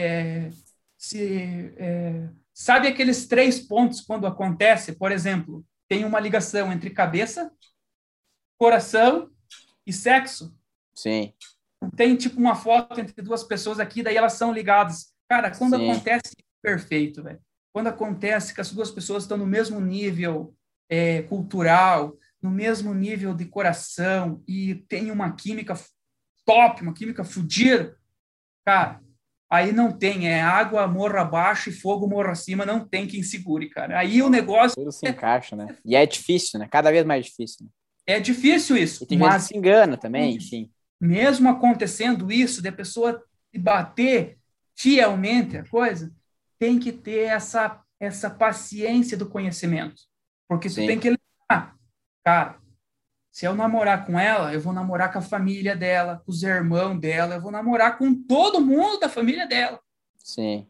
sabe aqueles 3 pontos quando acontece, por exemplo, tem uma ligação entre cabeça, coração e sexo. Sim. Tem tipo uma foto entre 2 pessoas aqui, daí elas são ligadas. Cara, quando acontece, perfeito, velho. Quando acontece que as 2 pessoas estão no mesmo nível cultural, no mesmo nível de coração e tem uma química top, uma química fodida, cara, aí não tem, água morra abaixo e fogo morra acima, não tem quem segure, cara. Aí o negócio... Tudo se encaixa, né? E é difícil, né? Cada vez mais difícil. Né? É difícil isso. E tem gente que se engana também, enfim. Mesmo acontecendo isso, de a pessoa bater fielmente a coisa, tem que ter essa essa paciência do conhecimento. Porque tu Sim. tem que lembrar, cara, se eu namorar com ela, eu vou namorar com a família dela, com os irmãos dela, eu vou namorar com todo mundo da família dela. Sim.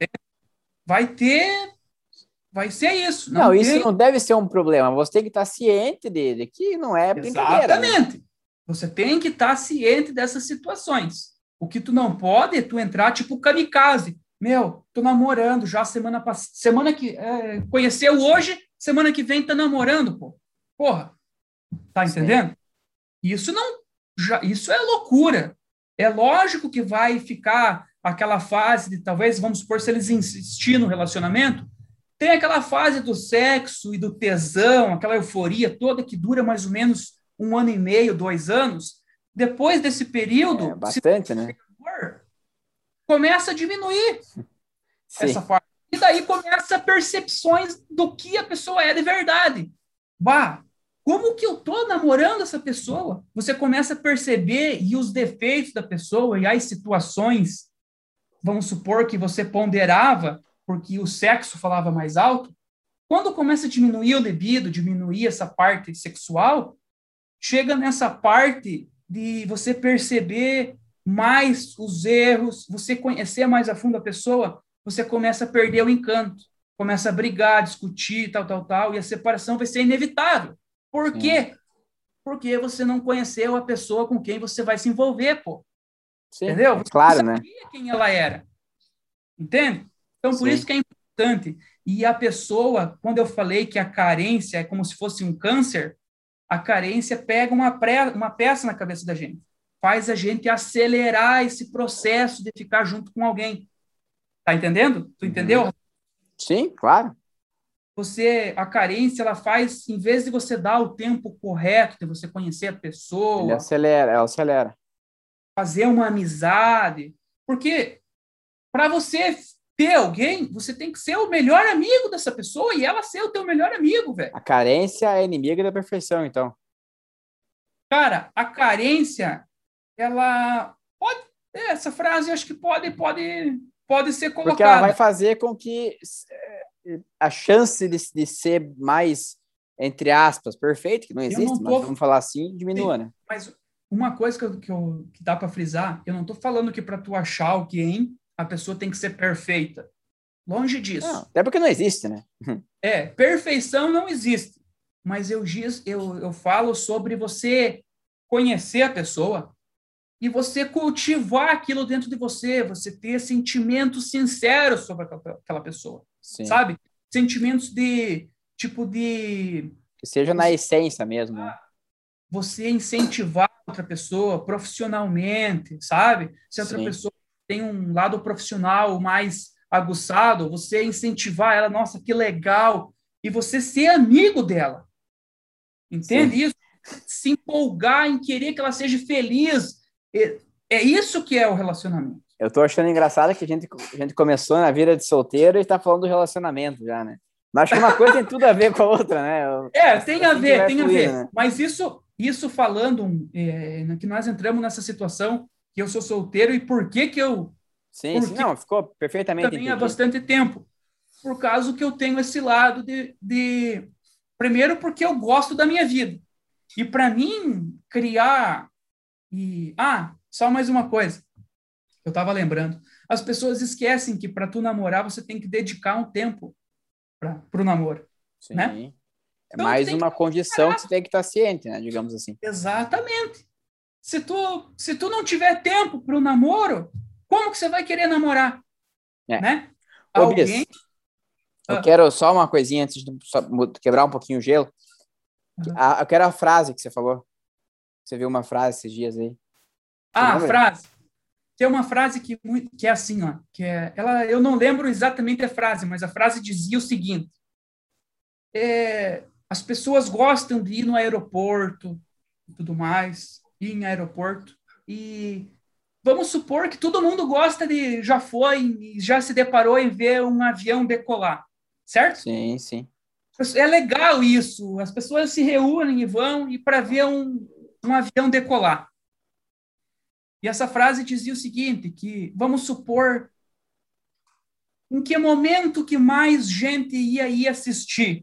Vai ser isso. Não, Não isso tem. não deve ser um problema. Você tem que estar ciente dele, que não é brincadeira, né? Exatamente. Você tem que estar ciente dessas situações. O que tu não pode é tu entrar tipo kamikaze. Meu, tô namorando já semana que conheceu hoje, semana que vem tá namorando, pô. Porra, tá Sim. entendendo? Isso não, isso é loucura. É lógico que vai ficar aquela fase de talvez, vamos supor, se eles insistirem no relacionamento, tem aquela fase do sexo e do tesão, aquela euforia toda que dura mais ou menos 1 ano e meio, 2 anos. Depois desse É período, se bastante, né? for, começa a diminuir essa Sim. parte. E daí começa percepções do que a pessoa é de verdade. Bah, como que eu tô namorando essa pessoa? Você começa a perceber e os defeitos da pessoa e as situações, vamos supor que você ponderava porque o sexo falava mais alto. Quando começa a diminuir o libido, diminuir essa parte sexual, chega nessa parte de você perceber mais os erros, você conhecer mais a fundo a pessoa, você começa a perder o encanto, começa a brigar, discutir, tal, tal, tal, e a separação vai ser inevitável. Por Sim. quê? Porque você não conheceu a pessoa com quem você vai se envolver, pô. Sim, Entendeu? é Você claro, não né? sabia quem ela era. Entende? Então, por isso Sim. que é importante. E a pessoa, quando eu falei que a carência é como se fosse um câncer, a carência pega uma peça na cabeça da gente, faz a gente acelerar esse processo de ficar junto com alguém. Tá entendendo? Tu Uhum. entendeu? Sim, claro. A carência, ela faz, em vez de você dar o tempo correto, de você conhecer a Ele pessoa, acelera, ela acelera. fazer uma amizade, porque para você ter alguém, você tem que ser o melhor amigo dessa pessoa e ela ser o teu melhor amigo, velho. A carência é inimiga da perfeição, então. Cara, a carência, ela pode, essa frase eu acho que pode ser Porque ela vai colocada. fazer com que a chance de ser mais, entre aspas, perfeito, que não Eu existe, não mas tô, vamos falar assim, diminua, né? mas uma coisa que dá para frisar, eu não tô falando que para tu achar alguém, a pessoa tem que ser perfeita. Longe Não, disso. até porque não existe, né? Perfeição não existe. Mas eu falo sobre você conhecer a pessoa e você cultivar aquilo dentro de você, você ter sentimentos sinceros sobre aquela pessoa, Sim. sabe? Sentimentos de, tipo de, Que seja na você, essência mesmo, né? você incentivar outra pessoa profissionalmente, sabe? Se a outra Sim. pessoa tem um lado profissional mais aguçado, você incentivar ela, nossa, que legal, e você ser amigo dela, Sim. entende isso? Se empolgar em querer que ela seja feliz. É isso que é o relacionamento. Eu tô achando engraçado que a gente começou na vida de solteiro e tá falando do relacionamento já, né? Mas acho que uma coisa tem tudo a ver com a outra, né? Tem a Assim que ver, vai tem a fluindo, ver. né? Mas isso falando que nós entramos nessa situação que eu sou solteiro e Sim, por sim, que não, ficou perfeitamente também há entendido. bastante tempo. Por causa que eu tenho esse lado primeiro porque eu gosto da minha vida. E para mim criar só mais uma coisa. Eu estava lembrando. As pessoas esquecem que para tu namorar você tem que dedicar um tempo para o namoro, né? Sim. É Então tu mais tem que uma condição que você tem que estar ciente, né? Digamos assim. exatamente. Se tu não tiver tempo para o namoro, como que você vai querer namorar, É. né? Ô, Alguém. Bis, eu quero só uma coisinha antes de quebrar um pouquinho o gelo. Eu quero a frase que você falou. Você viu uma frase esses dias aí. Você A lembra? frase. Tem uma frase que é assim, ó, eu não lembro exatamente a frase, mas a frase dizia o seguinte: as pessoas gostam de ir no aeroporto e tudo mais, ir em aeroporto, e vamos supor que todo mundo já foi e já se deparou em ver um avião decolar, certo? Sim, sim. É legal isso, as pessoas se reúnem e vão e para ver um avião decolar. E essa frase dizia o seguinte, que vamos supor em que momento que mais gente ia assistir?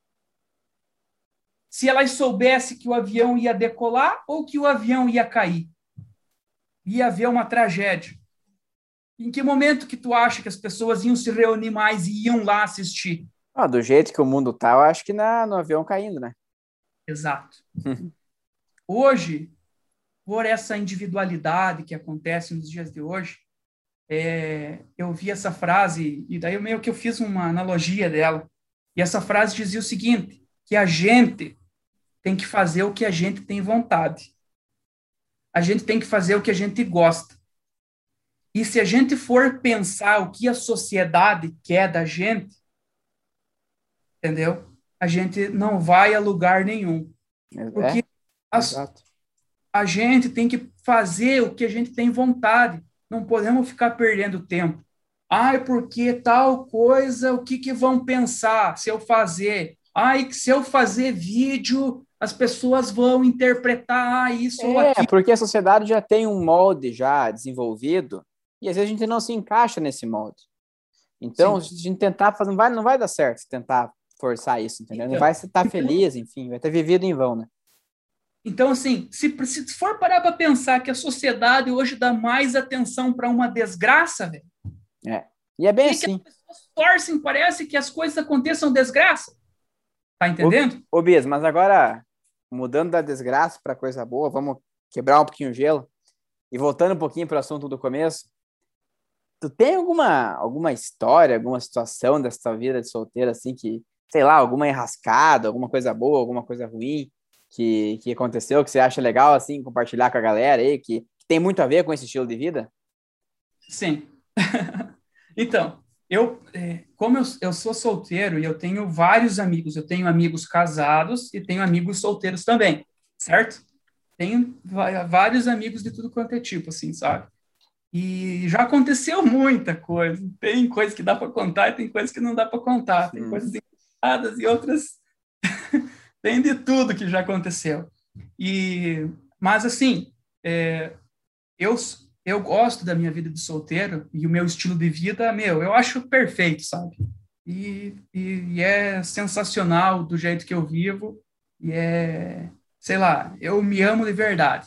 Se elas soubessem que o avião ia decolar ou que o avião ia cair? Ia haver uma tragédia. Em que momento que tu acha que as pessoas iam se reunir mais e iam lá assistir? Do jeito que o mundo tá, eu acho que no avião caindo, né? Exato. Hoje, por essa individualidade que acontece nos dias de hoje, eu vi essa frase, e daí meio que eu fiz uma analogia dela, e essa frase dizia o seguinte, que a gente tem que fazer o que a gente tem vontade. A gente tem que fazer o que a gente gosta. E se a gente for pensar o que a sociedade quer da gente, entendeu? A gente não vai a lugar nenhum. Porque exato. a gente tem que fazer o que a gente tem vontade. Não podemos ficar perdendo tempo. Porque tal coisa, o que vão pensar se eu fazer? Se eu fazer vídeo, as pessoas vão interpretar isso ou aquilo. Porque a sociedade já tem um molde já desenvolvido e às vezes a gente não se encaixa nesse molde. Então, Sim. se a gente tentar fazer, não vai dar certo se tentar forçar isso, entendeu? Não vai estar feliz, enfim, vai ter vivido em vão, né? Então, assim, se for parar para pensar que a sociedade hoje dá mais atenção para uma desgraça, velho. E é bem assim. Que as pessoas torcem, parece que as coisas aconteçam desgraça. Tá entendendo? Ô Bias, mas agora, mudando da desgraça para coisa boa, vamos quebrar um pouquinho o gelo e voltando um pouquinho para o assunto do começo. Tu tem alguma história, alguma situação dessa tua vida de solteiro, assim, que, sei lá, alguma enrascada, alguma coisa boa, alguma coisa ruim que aconteceu, que você acha legal, assim, compartilhar com a galera aí, que tem muito a ver com esse estilo de vida? Sim. Então, como eu sou solteiro e eu tenho vários amigos, eu tenho amigos casados e tenho amigos solteiros também, certo? Tenho vários amigos de tudo quanto é tipo, assim, sabe? E já aconteceu muita coisa. Tem coisas que dá para contar e tem coisas que não dá para contar. Tem coisas engraçadas e outras tem de tudo que já aconteceu. Mas assim, eu gosto da minha vida de solteiro e o meu estilo de vida, eu acho perfeito, sabe? E é sensacional do jeito que eu vivo e sei lá, eu me amo de verdade.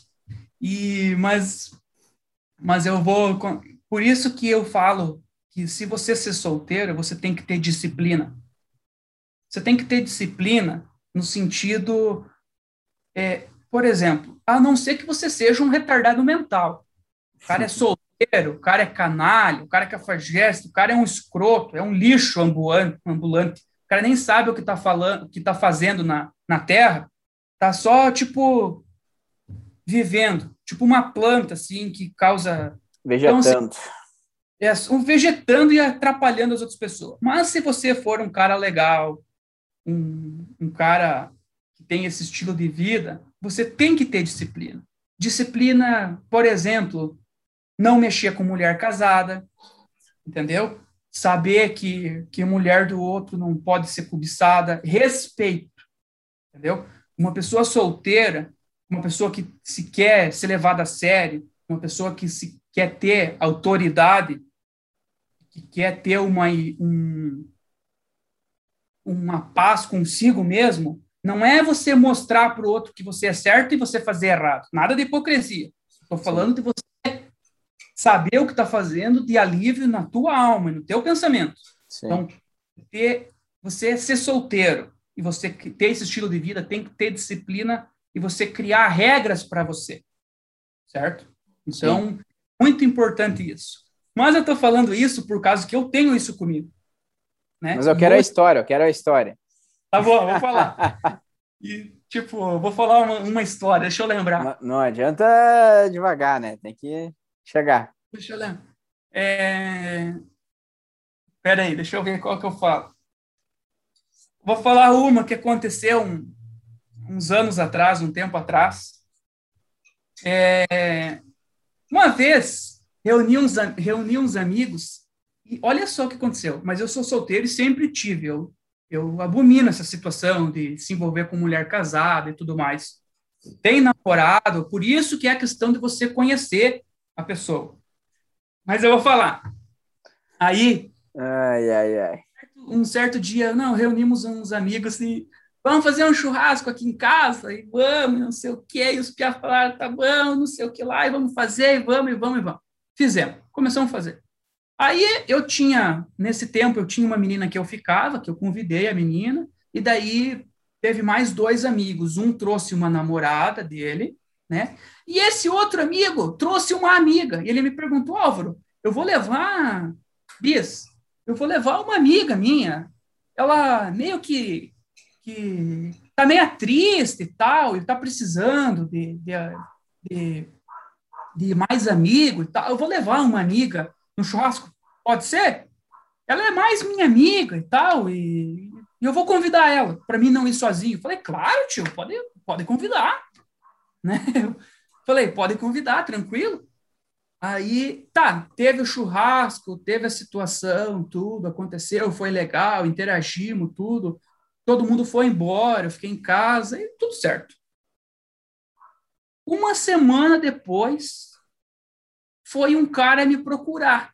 Mas eu vou... Por isso que eu falo que se você ser solteiro, você tem que ter disciplina. Você tem que ter disciplina no sentido... por exemplo, a não ser que você seja um retardado mental. O cara é solteiro, o cara é canalha, o cara é cafajeste, o cara é um escroto, é um lixo ambulante. O cara nem sabe o que está falando, o que está fazendo na Terra. Tá só, tipo, vivendo. Tipo uma planta, assim, que causa... Vegetando. Então, assim, um vegetando e atrapalhando as outras pessoas. Mas se você for um cara legal, um cara que tem esse estilo de vida, você tem que ter disciplina. Disciplina, por exemplo, não mexer com mulher casada, entendeu? Saber que a mulher do outro não pode ser cobiçada, respeito, entendeu? Uma pessoa solteira, uma pessoa que se quer ser levada a sério, uma pessoa que se quer ter autoridade, que quer ter uma paz consigo mesmo, não é você mostrar para o outro que você é certo e você fazer errado. Nada de hipocrisia. Estou falando de você saber o que está fazendo de alívio na tua alma, no teu pensamento. Sim. Então, você ser solteiro e você ter esse estilo de vida, tem que ter disciplina e você criar regras para você, certo? Então, sim, muito importante isso. Mas eu estou falando isso por causa que eu tenho isso comigo. Né? Mas eu quero a história. Tá bom, vou falar. Vou falar uma história, deixa eu lembrar. Não adianta devagar, né? Tem que chegar. Deixa eu lembrar. Peraí, deixa eu ver qual que eu falo. Vou falar uma que aconteceu uns anos atrás, um tempo atrás. Uma vez, reuni uns amigos e olha só o que aconteceu. Mas eu sou solteiro e sempre tive. Eu abomino essa situação de se envolver com mulher casada e tudo mais. Tem namorado, por isso que é a questão de você conhecer a pessoa. Mas eu vou falar. Aí, Ai, ai, ai. Um certo dia, não, reunimos uns amigos e vamos fazer um churrasco aqui em casa, e vamos, não sei o quê, e os piá falaram, tá bom, não sei o que lá, e vamos fazer, e vamos, e vamos, e vamos. Fizemos, começamos a fazer. Aí nesse tempo, eu tinha uma menina que eu ficava, que eu convidei a menina, e daí teve mais dois amigos. Um trouxe uma namorada dele, né? E esse outro amigo trouxe uma amiga. E ele me perguntou, Álvaro, Bis, eu vou levar uma amiga minha. Ela meio que tá meio triste e tal, e tá precisando de, de mais amigo e tal. Eu vou levar uma amiga no churrasco, pode ser? Ela é mais minha amiga e tal, e eu vou convidar ela, para mim não ir sozinho. Falei, claro, tio, pode convidar, né? Eu falei, pode convidar, tranquilo. Aí, tá, teve o churrasco, teve a situação, tudo aconteceu, foi legal, interagimos, tudo. Todo mundo foi embora, eu fiquei em casa e tudo certo. Uma semana depois, foi um cara me procurar.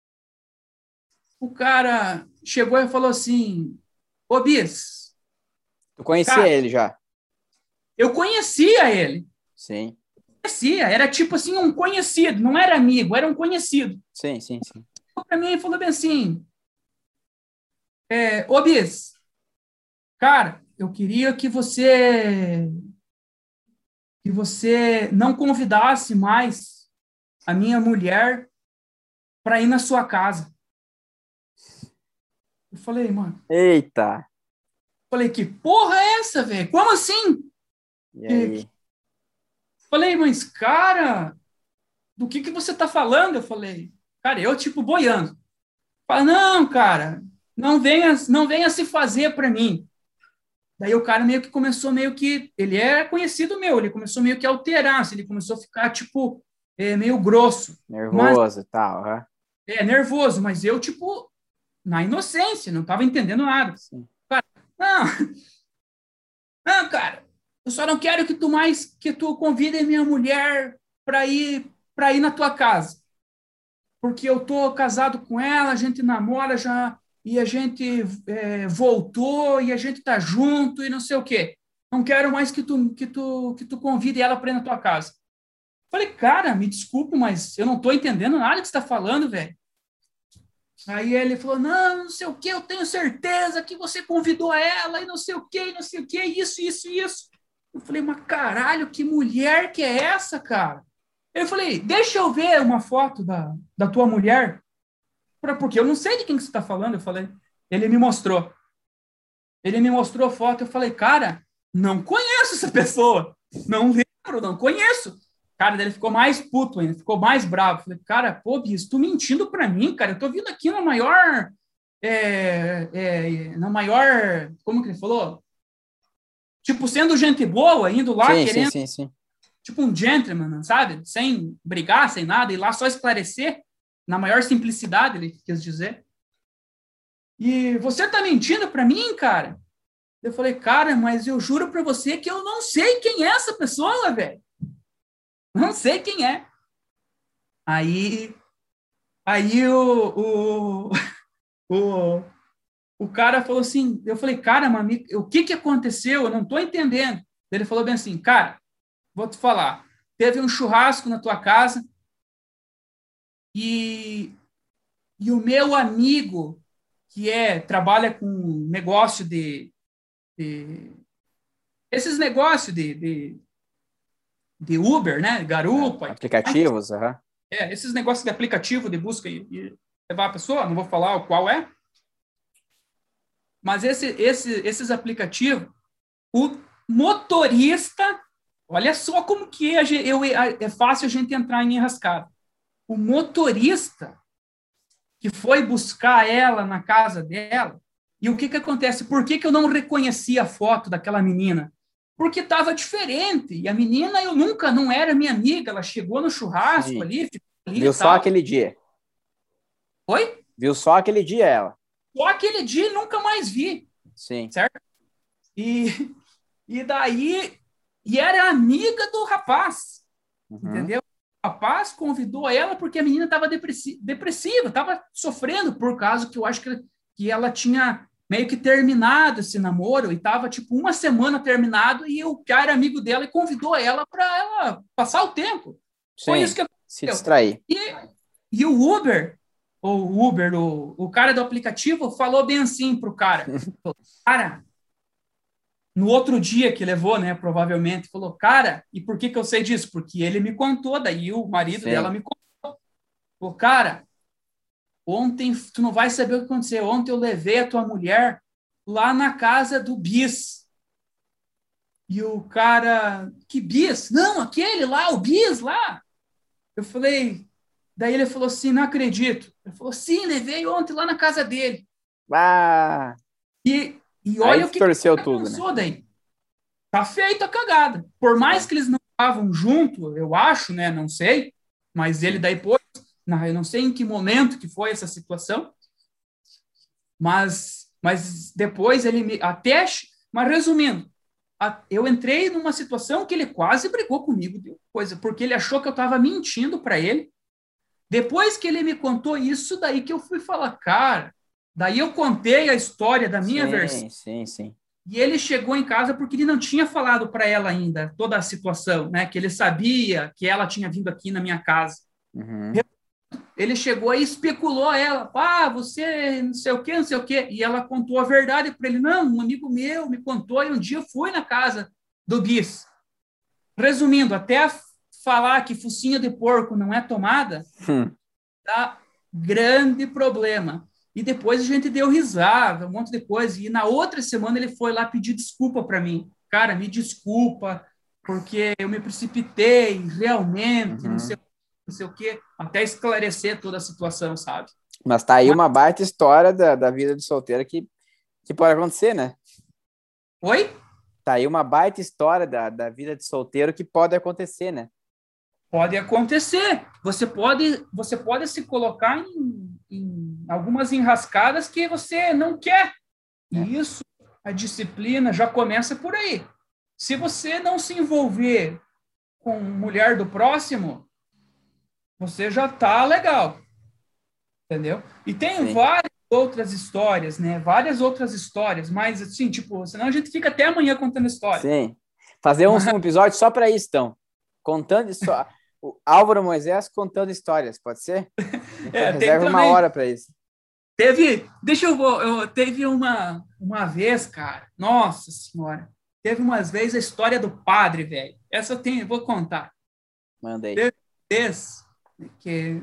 O cara chegou e falou assim, ô Bis, Tu conhecia cara, ele já? eu conhecia ele. Sim. Conhecia, era tipo assim, um conhecido, não era amigo, era um conhecido. Sim, sim, sim. Para mim, ele falou bem assim, ô Bis, cara, eu queria que você não convidasse mais a minha mulher para ir na sua casa. Eu falei, mano, Eita! que porra é essa, velho? Como assim? E aí? Falei, mas cara, do que você tá falando? Eu falei, cara, eu tipo boiando. Fala, não, cara, não venha se fazer para mim. Daí o cara meio que começou ele é conhecido meu, ele começou meio que a alterar, assim, ele começou a ficar tipo meio grosso, mas Nervoso e tal, uhum. nervoso, mas eu tipo na inocência, não estava entendendo nada. Sim. Cara, não, não, cara, eu só não quero que tu convide minha mulher para ir na tua casa, porque eu tô casado com ela, a gente namora já e a gente voltou e a gente tá junto e não sei o quê. Não quero mais que tu convide ela para ir na tua casa. Falei, cara, me desculpe, mas eu não tô entendendo nada que você está falando, velho. Aí ele falou, não, não sei o quê, eu tenho certeza que você convidou ela e não sei o quê, e não sei o quê, isso. Eu falei, mas caralho, que mulher que é essa, cara? Eu falei, deixa eu ver uma foto da tua mulher, porque eu não sei de quem que você está falando. Eu falei, ele me mostrou. Ele me mostrou a foto, eu falei, cara, não conheço essa pessoa. Não lembro, não conheço. Cara, daí ele ficou mais puto ainda, ficou mais bravo. Eu falei, cara, pô, Bis, tu mentindo pra mim, cara. Eu tô vindo aqui na maior, como que ele falou? Tipo, sendo gente boa, indo lá Sim, sim, querendo, sim, sim. tipo um gentleman, sabe? Sem brigar, sem nada, ir lá só esclarecer, na maior simplicidade, ele quis dizer. E você tá mentindo pra mim, cara? Eu falei, cara, mas eu juro pra você que eu não sei quem é essa pessoa, velho. Não sei quem é. Aí o, o cara falou assim, eu falei, cara, mano, o que aconteceu? Eu não tô entendendo. Ele falou bem assim, cara, vou te falar, teve um churrasco na tua casa e o meu amigo, trabalha com negócio de esses negócios de Uber, né? Garupa. Aplicativos, aham. Esses negócios de aplicativo de busca e levar a pessoa, não vou falar o qual é, mas esses aplicativos, o motorista, olha só como que é fácil a gente entrar em enrascada. O motorista que foi buscar ela na casa dela, e o que acontece? Por que eu não reconheci a foto daquela menina? Porque estava diferente, e a menina não era minha amiga, ela chegou no churrasco Sim. ali, ficou ali Viu e só tal. aquele dia. Oi? Viu só aquele dia ela. Só aquele dia e nunca mais vi, Sim. certo? E daí, era amiga do rapaz, Uhum. entendeu? rapaz convidou ela porque a menina estava depressiva, estava sofrendo por causa que eu acho que ela tinha meio que terminado esse namoro e estava tipo uma semana terminado e o cara era amigo dela e convidou ela para ela passar o tempo. Foi isso Sim, que se aconteceu. distrair. E o cara do aplicativo falou bem assim pro cara. Falou, cara, no outro dia que levou, né, provavelmente, falou, cara, e por que eu sei disso? Porque ele me contou, daí o marido dela Sim. me contou. Falou, cara, ontem, tu não vai saber o que aconteceu, ontem eu levei a tua mulher lá na casa do Bis. E o cara, que Bis? Não, aquele lá, o Bis lá. Eu falei, daí ele falou assim, não acredito. Ele falou, sim, levei ontem lá na casa dele. Ah, E aí olha o que distorceu ele tudo, né? pensou daí. Tá feita a cagada. Por mais É, que eles não estavam junto, eu acho, né? Não sei. Mas ele sim. daí pôs, eu não sei em que momento que foi essa situação, mas depois ele me até, mas resumindo, eu entrei numa situação que ele quase brigou comigo, coisa, porque ele achou que eu estava mentindo para ele. Depois que ele me contou isso, daí que eu fui falar, cara, daí eu contei a história da minha versão. Sim, sim, sim. E ele chegou em casa porque ele não tinha falado para ela ainda toda a situação, né? Que ele sabia que ela tinha vindo aqui na minha casa. Uhum. Ele chegou e especulou ela, você não sei o quê, não sei o quê. E ela contou a verdade para ele. Não, um amigo meu me contou e um dia eu fui na casa do Bis. Resumindo, até falar que focinho de porco não é tomada, tá grande problema. E depois a gente deu risada, um monte de coisa. E na outra semana ele foi lá pedir desculpa para mim. Cara, me desculpa, porque eu me precipitei, realmente, Uhum. não sei o quê, até esclarecer toda a situação, sabe? Mas tá aí Mas, uma baita história da vida de solteiro que pode acontecer, né? oi? Tá aí uma baita história da vida de solteiro que pode acontecer, né? Pode acontecer. Você pode se colocar em algumas enrascadas que você não quer. É. E isso, a disciplina já começa por aí. Se você não se envolver com mulher do próximo, você já tá legal, entendeu? E tem Sim, várias outras histórias, né? Várias outras histórias, mas assim, tipo, senão a gente fica até amanhã contando história. sim. Fazer Mas, um episódio só para isso, então. Contando só. O Álvaro Moisés contando histórias, pode ser? A gente tem reserva uma também. hora para isso. Deixa teve uma vez, cara, nossa senhora, teve umas vezes a história do padre, velho. Essa eu vou contar. Mandei. Teve vez que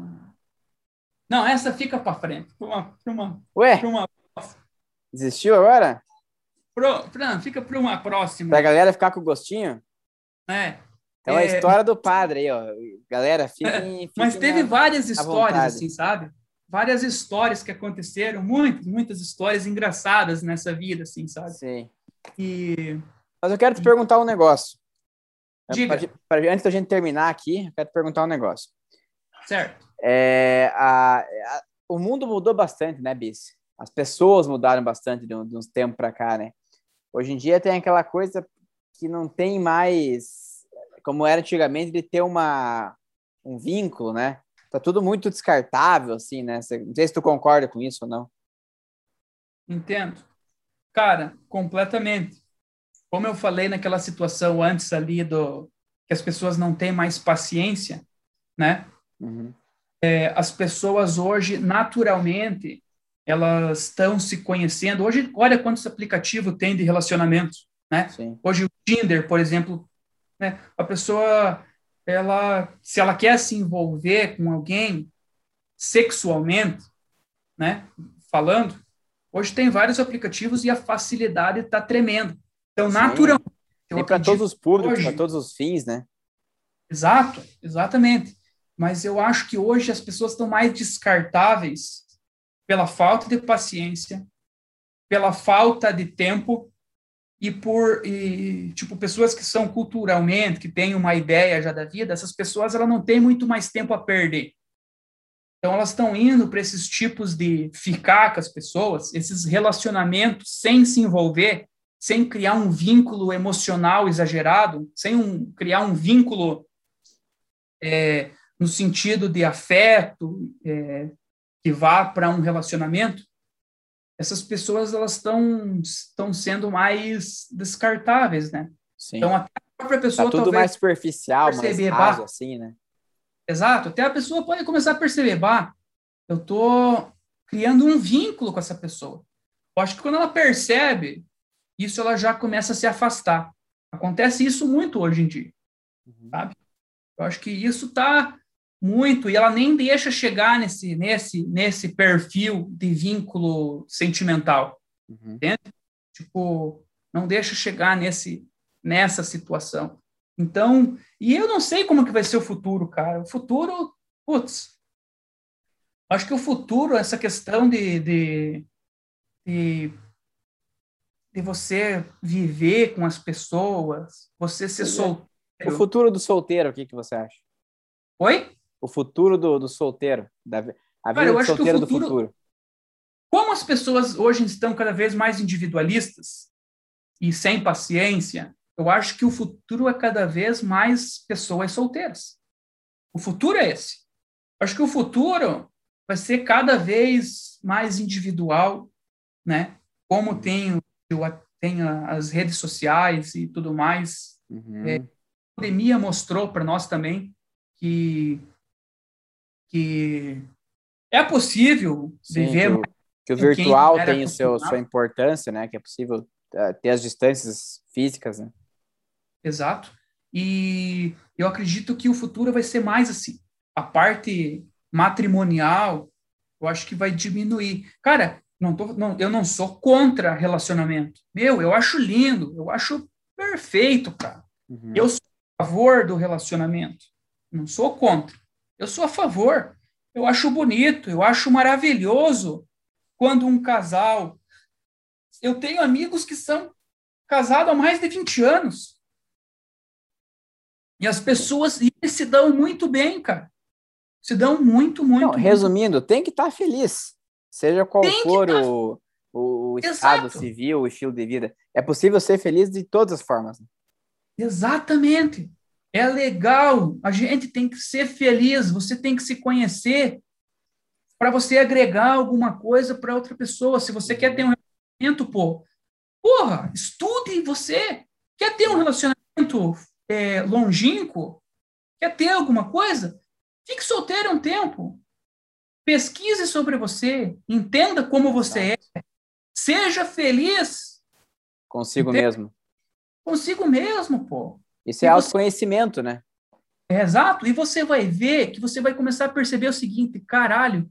não, essa fica para frente, Ué, pra uma, desistiu agora? não, fica para uma Pra próxima, galera ficar com gostinho? né? Então, a história do padre aí, ó. Galera, Mas fiquem teve várias à histórias, vontade. assim, sabe? Várias histórias que aconteceram, muitas histórias engraçadas nessa vida, assim, sabe? Sim. E, Mas eu quero te e perguntar um negócio. diga, Antes da gente terminar aqui, eu quero te perguntar um negócio. certo? O mundo mudou bastante, né, Bis? As pessoas mudaram bastante de uns tempos para cá, né? Hoje em dia tem aquela coisa que não tem mais, como era antigamente, de ter um vínculo, né? Tá tudo muito descartável, assim, né? Não sei se tu concorda com isso ou não. Entendo. Cara, completamente. Como eu falei naquela situação antes ali do que as pessoas não têm mais paciência, né? Uhum. As pessoas hoje, naturalmente, elas estão se conhecendo. Hoje, olha quantos aplicativos tem de relacionamento, né? Sim. Hoje o Tinder, por exemplo, né? A pessoa, se ela quer se envolver com alguém sexualmente, né? Falando, hoje tem vários aplicativos e a facilidade está tremenda. Então, Sim. naturalmente, eu Tem para todos acredito os públicos, para hoje, todos os fins, né? exato, exatamente. Mas eu acho que hoje as pessoas estão mais descartáveis pela falta de paciência, pela falta de tempo tipo pessoas que são culturalmente, que têm uma ideia já da vida, essas pessoas elas não têm muito mais tempo a perder. Então elas estão indo para esses tipos de ficar com as pessoas, esses relacionamentos sem se envolver, sem criar um vínculo emocional exagerado, sem criar um vínculo no sentido de afeto, que vá para um relacionamento, essas pessoas elas estão sendo mais descartáveis, né? Sim. Então, até a própria Tá pessoa tudo talvez mais superficial, mais perceber, raso, assim, né? exato, até a pessoa pode começar a perceber, eu tô criando um vínculo com essa pessoa. Eu acho que quando ela percebe isso, ela já começa a se afastar. Acontece isso muito hoje em dia, sabe? Eu acho que isso tá muito, e ela nem deixa chegar nesse perfil de vínculo sentimental, entende? Tipo, não deixa chegar nessa situação. Então, e eu não sei como que vai ser o futuro, cara. O futuro, putz, acho que o futuro, essa questão de, de você viver com as pessoas, você ser Pois é. solteiro. O futuro do solteiro, o que você acha? Oi? O futuro do solteiro, a Cara, vida eu de acho que o solteiro do futuro, futuro. como as pessoas hoje estão cada vez mais individualistas e sem paciência, eu acho que o futuro é cada vez mais pessoas solteiras. O futuro é esse. Eu acho que o futuro vai ser cada vez mais individual, né? Como tem as redes sociais e tudo mais. Uhum. A pandemia mostrou para nós também que, que é possível Sim, viver que o com quem não virtual era tem sua acostumado. importância, né? Que é possível ter as distâncias físicas, né? Exato. E eu acredito que o futuro vai ser mais assim. A parte matrimonial, eu acho que vai diminuir. Cara, eu não sou contra relacionamento. Eu acho lindo, eu acho perfeito, cara. Eu Uhum. sou a favor do relacionamento. Não sou contra. Eu sou a favor. Eu acho bonito, eu acho maravilhoso quando um casal. Eu tenho amigos que são casados há mais de 20 anos. E as pessoas se dão muito bem, cara. Se dão muito, Não, muito, muito. resumindo, tem que estar feliz, seja qual Tem que for estar. o estado Exato. civil, o estilo de vida. É possível ser feliz de todas as formas. Exatamente. É legal. A gente tem que ser feliz. Você tem que se conhecer para você agregar alguma coisa para outra pessoa. Se você quer ter Uhum. um relacionamento, porra, estude você. Quer ter um Sim. relacionamento longínquo? Quer ter alguma coisa? Fique solteiro um tempo. Pesquise sobre você. Entenda como você é. Exato. Seja feliz, Consigo entende? mesmo. Consigo mesmo, pô. Isso é E você autoconhecimento, né? exato, e você vai ver que você vai começar a perceber o seguinte, caralho,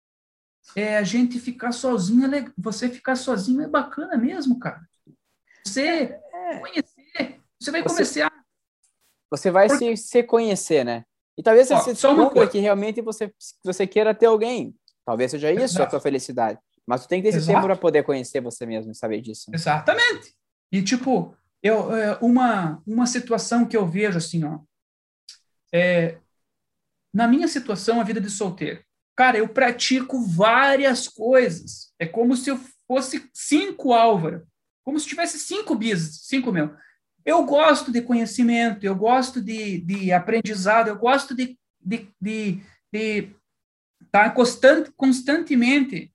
a gente ficar sozinho, você ficar sozinho é bacana mesmo, cara. Você É, conhecer, você vai você, começar, você vai porque, se conhecer, né? E talvez você ó, só uma descubra coisa, que realmente você queira ter alguém. Talvez seja isso a tua exato, felicidade. Mas tu tem que ter esse tempo para exato, poder conhecer você mesmo e saber disso, né? exatamente. E tipo, uma situação que eu vejo assim, ó, na minha situação, a vida de solteiro. Cara, eu pratico várias coisas. É como se eu fosse 5 Álvaro. Como se tivesse 5 bis, 5 mil. Eu gosto de conhecimento, eu gosto de aprendizado, eu gosto de estar constantemente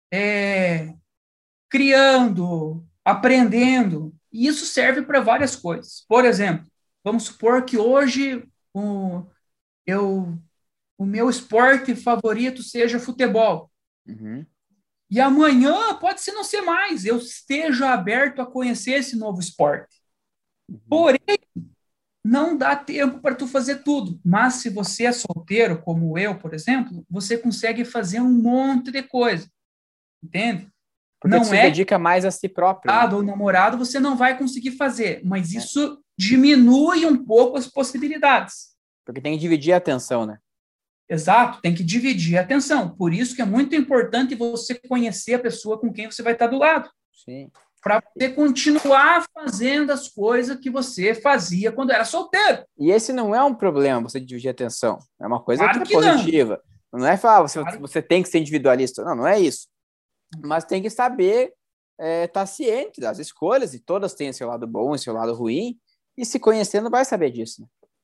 criando, aprendendo. E isso serve para várias coisas. Por exemplo, vamos supor que hoje eu o meu esporte favorito seja futebol. Uhum. E amanhã pode ser não ser mais, eu esteja aberto a conhecer esse novo esporte. Uhum. Porém, não dá tempo para tu fazer tudo. Mas se você é solteiro, como eu, por exemplo, você consegue fazer um monte de coisa, entende? Porque tu Não se é que dedica mais a si próprio, né? casado ou namorado você não vai conseguir fazer, mas É. isso diminui um pouco as possibilidades. Porque tem que dividir a atenção, né? Exato, tem que dividir a atenção. Por isso que é muito importante você conhecer a pessoa com quem você vai estar do lado, Sim. para você continuar fazendo as coisas que você fazia quando era solteiro. E esse não é um problema, você dividir a atenção. É uma coisa que Claro é que não. positiva. Não é falar, Claro. você tem que ser individualista. Não, não é isso. Mas tem que saber estar ciente das escolhas, e todas têm seu lado bom e seu lado ruim, e se conhecendo vai saber disso, né?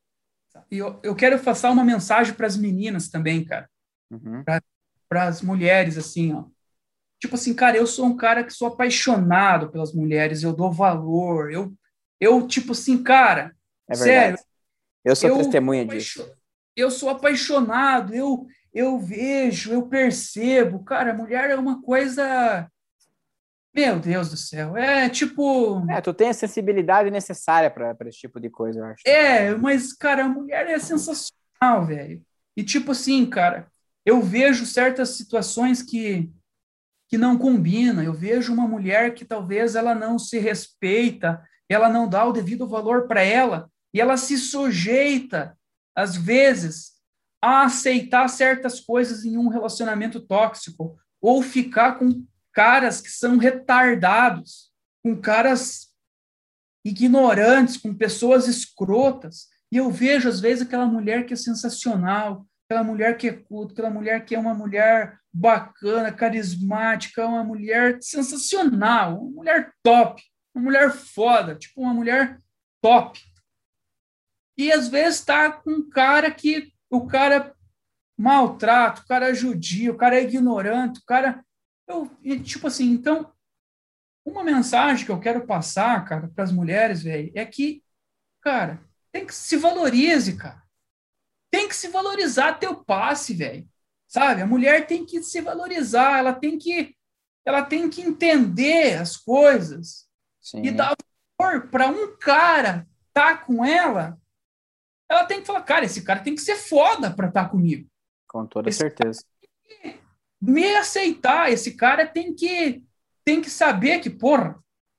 E eu quero passar uma mensagem para as meninas também, cara. Uhum. Para as mulheres, assim, ó. Tipo assim, cara, eu sou um cara que sou apaixonado pelas mulheres, eu dou valor, tipo assim, cara, É sério, verdade. Eu sou eu, testemunha disso. eu sou apaixonado, eu vejo, eu percebo, cara, mulher é uma coisa, meu Deus do céu, é tipo, Tu tem a sensibilidade necessária para esse tipo de coisa, eu acho. mas, cara, a mulher é sensacional, velho. E tipo assim, cara, eu vejo certas situações que não combina. Eu vejo uma mulher que talvez ela não se respeita, ela não dá o devido valor para ela, e ela se sujeita, às vezes, a aceitar certas coisas em um relacionamento tóxico, ou ficar com caras que são retardados, com caras ignorantes, com pessoas escrotas. E eu vejo, às vezes, aquela mulher que é sensacional, aquela mulher que é culta, aquela mulher que é uma mulher bacana, carismática, uma mulher sensacional, uma mulher top, uma mulher foda, tipo uma mulher top. E às vezes está com um cara que o cara maltrata, o cara é judia, o cara é ignorante, o cara. Tipo assim, então, uma mensagem que eu quero passar, cara, para as mulheres, velho, é que, cara, tem que se valorize, cara. Tem que se valorizar teu passe, velho. Sabe? A mulher tem que se valorizar, ela tem que entender as coisas e Sim, dar valor para um cara tá com ela. Ela tem que falar, cara, esse cara tem que ser foda para estar comigo. com toda Esse certeza. me aceitar, esse cara tem que saber que, porra,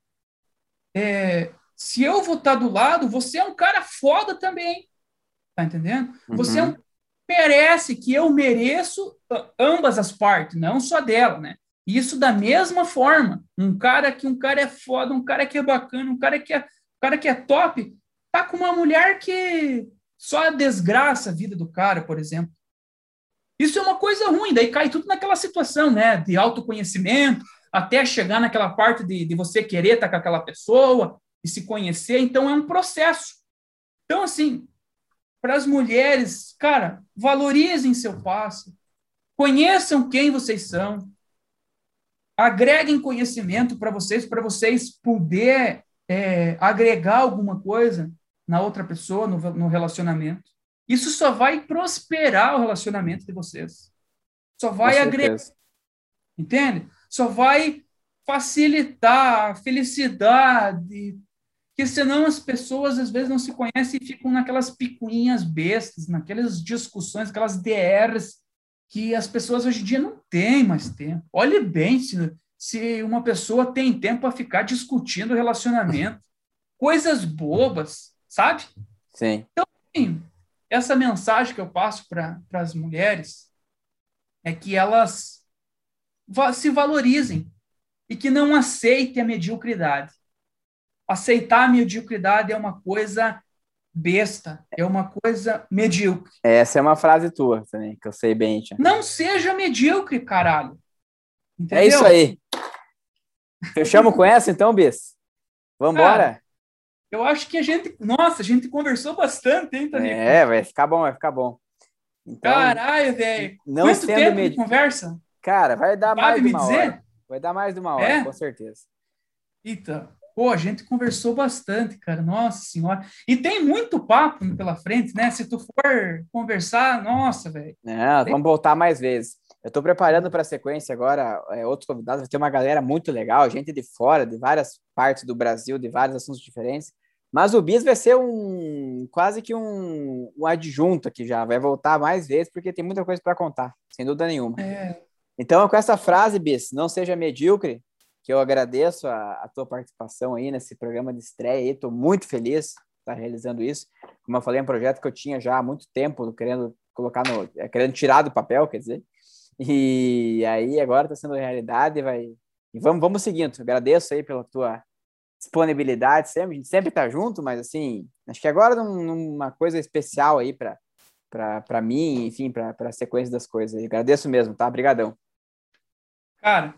se eu vou estar do lado, você é um cara foda também. Tá entendendo? Você é Uhum. merece que eu mereço ambas as partes, não só dela, né? Isso da mesma forma. Um cara é foda, um cara que é bacana, um cara que é top, tá com uma mulher que só desgraça a vida do cara, por exemplo. Isso é uma coisa ruim, daí cai tudo naquela situação, né? De autoconhecimento, até chegar naquela parte de você querer estar com aquela pessoa e se conhecer. Então é um processo. Então, assim, para as mulheres, cara, valorizem seu passo, conheçam quem vocês são, agreguem conhecimento para vocês poder agregar alguma coisa na outra pessoa, no relacionamento. Isso só vai prosperar o relacionamento de vocês. Só Com vai agregar, certeza. entende? Só vai facilitar a felicidade, porque senão as pessoas às vezes não se conhecem e ficam naquelas picuinhas bestas, naquelas discussões, aquelas DRs que as pessoas hoje em dia não têm mais tempo. Olhe bem se uma pessoa tem tempo para ficar discutindo relacionamento, coisas bobas, sabe? Sim. Sim, essa mensagem que eu passo para as mulheres é que elas se valorizem e que não aceitem a mediocridade. Aceitar a mediocridade é uma coisa besta, é uma coisa medíocre. Essa é uma frase tua também, que eu sei bem, tia. Não seja medíocre, caralho. É isso Entendeu? aí. Fechamos com essa então, Bis? Cara, Vambora? eu acho que a gente conversou bastante, hein, Tonico? Vai ficar bom, vai ficar bom. Então, Caralho, velho. não Quanto sendo tempo de med... conversa? Cara, vai dar mais Sabe de me uma hora. dizer? Vai dar mais de uma hora, com É? certeza. Eita. Pô, a gente conversou bastante, cara. Nossa senhora. E tem muito papo pela frente, né? Se tu for conversar, nossa, velho. Vamos voltar mais vezes. Eu estou preparando para a sequência agora, outros convidados, vai ter uma galera muito legal, gente de fora, de várias partes do Brasil, de vários assuntos diferentes. Mas o Bis vai ser quase que um adjunto aqui já, vai voltar mais vezes, porque tem muita coisa para contar, sem dúvida nenhuma. Então, com essa frase, Bis, não seja medíocre, que eu agradeço a tua participação aí nesse programa de estreia, estou muito feliz de estar realizando isso. Como eu falei, é um projeto que eu tinha já há muito tempo, querendo colocar querendo tirar do papel, quer dizer, e aí agora está sendo realidade, e vamos seguindo. Agradeço aí pela tua disponibilidade, sempre, a gente sempre tá junto, mas assim, acho que agora numa coisa especial aí para mim, enfim, para a sequência das coisas. E agradeço mesmo, tá? Obrigadão. Cara,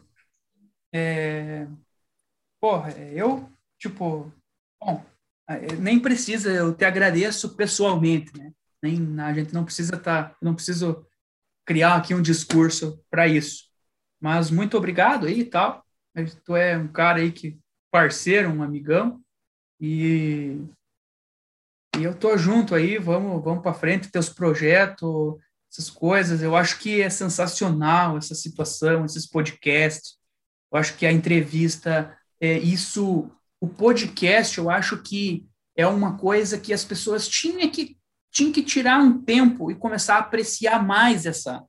porra, tipo, bom, nem precisa, eu te agradeço pessoalmente, né? A gente não precisa não preciso criar aqui um discurso para isso. Mas muito obrigado aí e tal. Tu é um cara aí parceiro, um amigão, e eu tô junto aí, vamos para frente, teus projetos, essas coisas. Eu acho que é sensacional essa situação, esses podcasts. Eu acho que a entrevista, o podcast, eu acho que é uma coisa que as pessoas tinham que tirar um tempo e começar a apreciar mais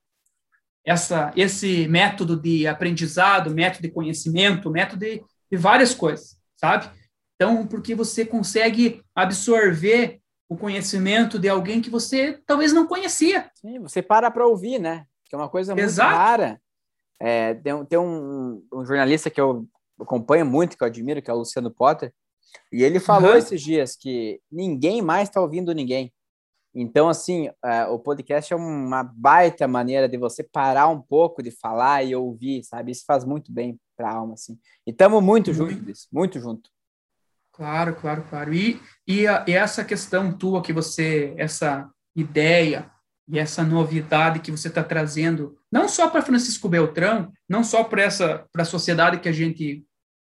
esse método de aprendizado, método de conhecimento, método de várias coisas, sabe? Então, porque você consegue absorver o conhecimento de alguém que você talvez não conhecia. Sim, você para ouvir, né? Que é uma coisa muito rara. Tem um jornalista que eu acompanho muito, que eu admiro, que é o Luciano Potter, e ele falou esses dias que ninguém mais está ouvindo ninguém. Então, assim, o podcast é uma baita maneira de você parar um pouco de falar e ouvir, sabe? Isso faz muito bem para a alma, assim. E estamos muito juntos, muito junto. Claro, claro, claro. E essa questão tua essa ideia e essa novidade que você está trazendo, não só para Francisco Beltrão, não só para a sociedade que a gente,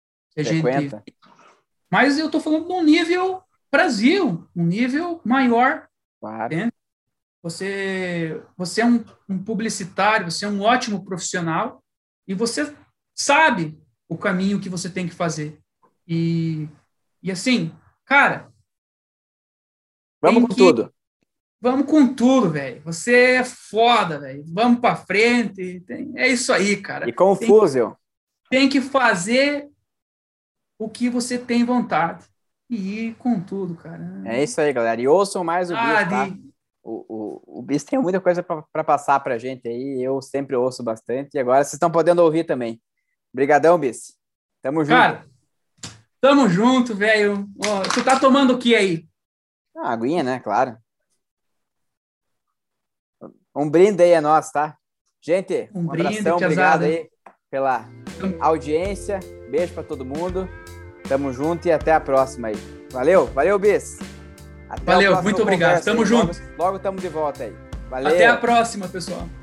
mas eu estou falando de um nível Brasil, um nível maior. Claro. Né? Você é um publicitário, você é um ótimo profissional e você sabe o caminho que você tem que fazer. E assim, cara... Vamos com tudo. Vamos com tudo, velho. Você é foda, velho. Vamos pra frente. É isso aí, cara. E com o Fusel. Tem que fazer o que você tem vontade. E ir com tudo, cara. É isso aí, galera. E ouçam mais o Bis, tá? O Bis tem muita coisa para passar pra gente aí. Eu sempre ouço bastante. E agora vocês estão podendo ouvir também. Obrigadão, Bis. Tamo junto. Cara, tamo junto, velho. Tu tá tomando o que aí? Aguinha, né? Claro. Um brinde aí a nós, tá? Gente, um abração. Obrigado aí pela audiência. Beijo para todo mundo. Tamo junto e até a próxima aí. Valeu, Bis. Valeu, muito obrigado. Tamo junto. Logo tamo de volta aí. Valeu. Até a próxima, pessoal.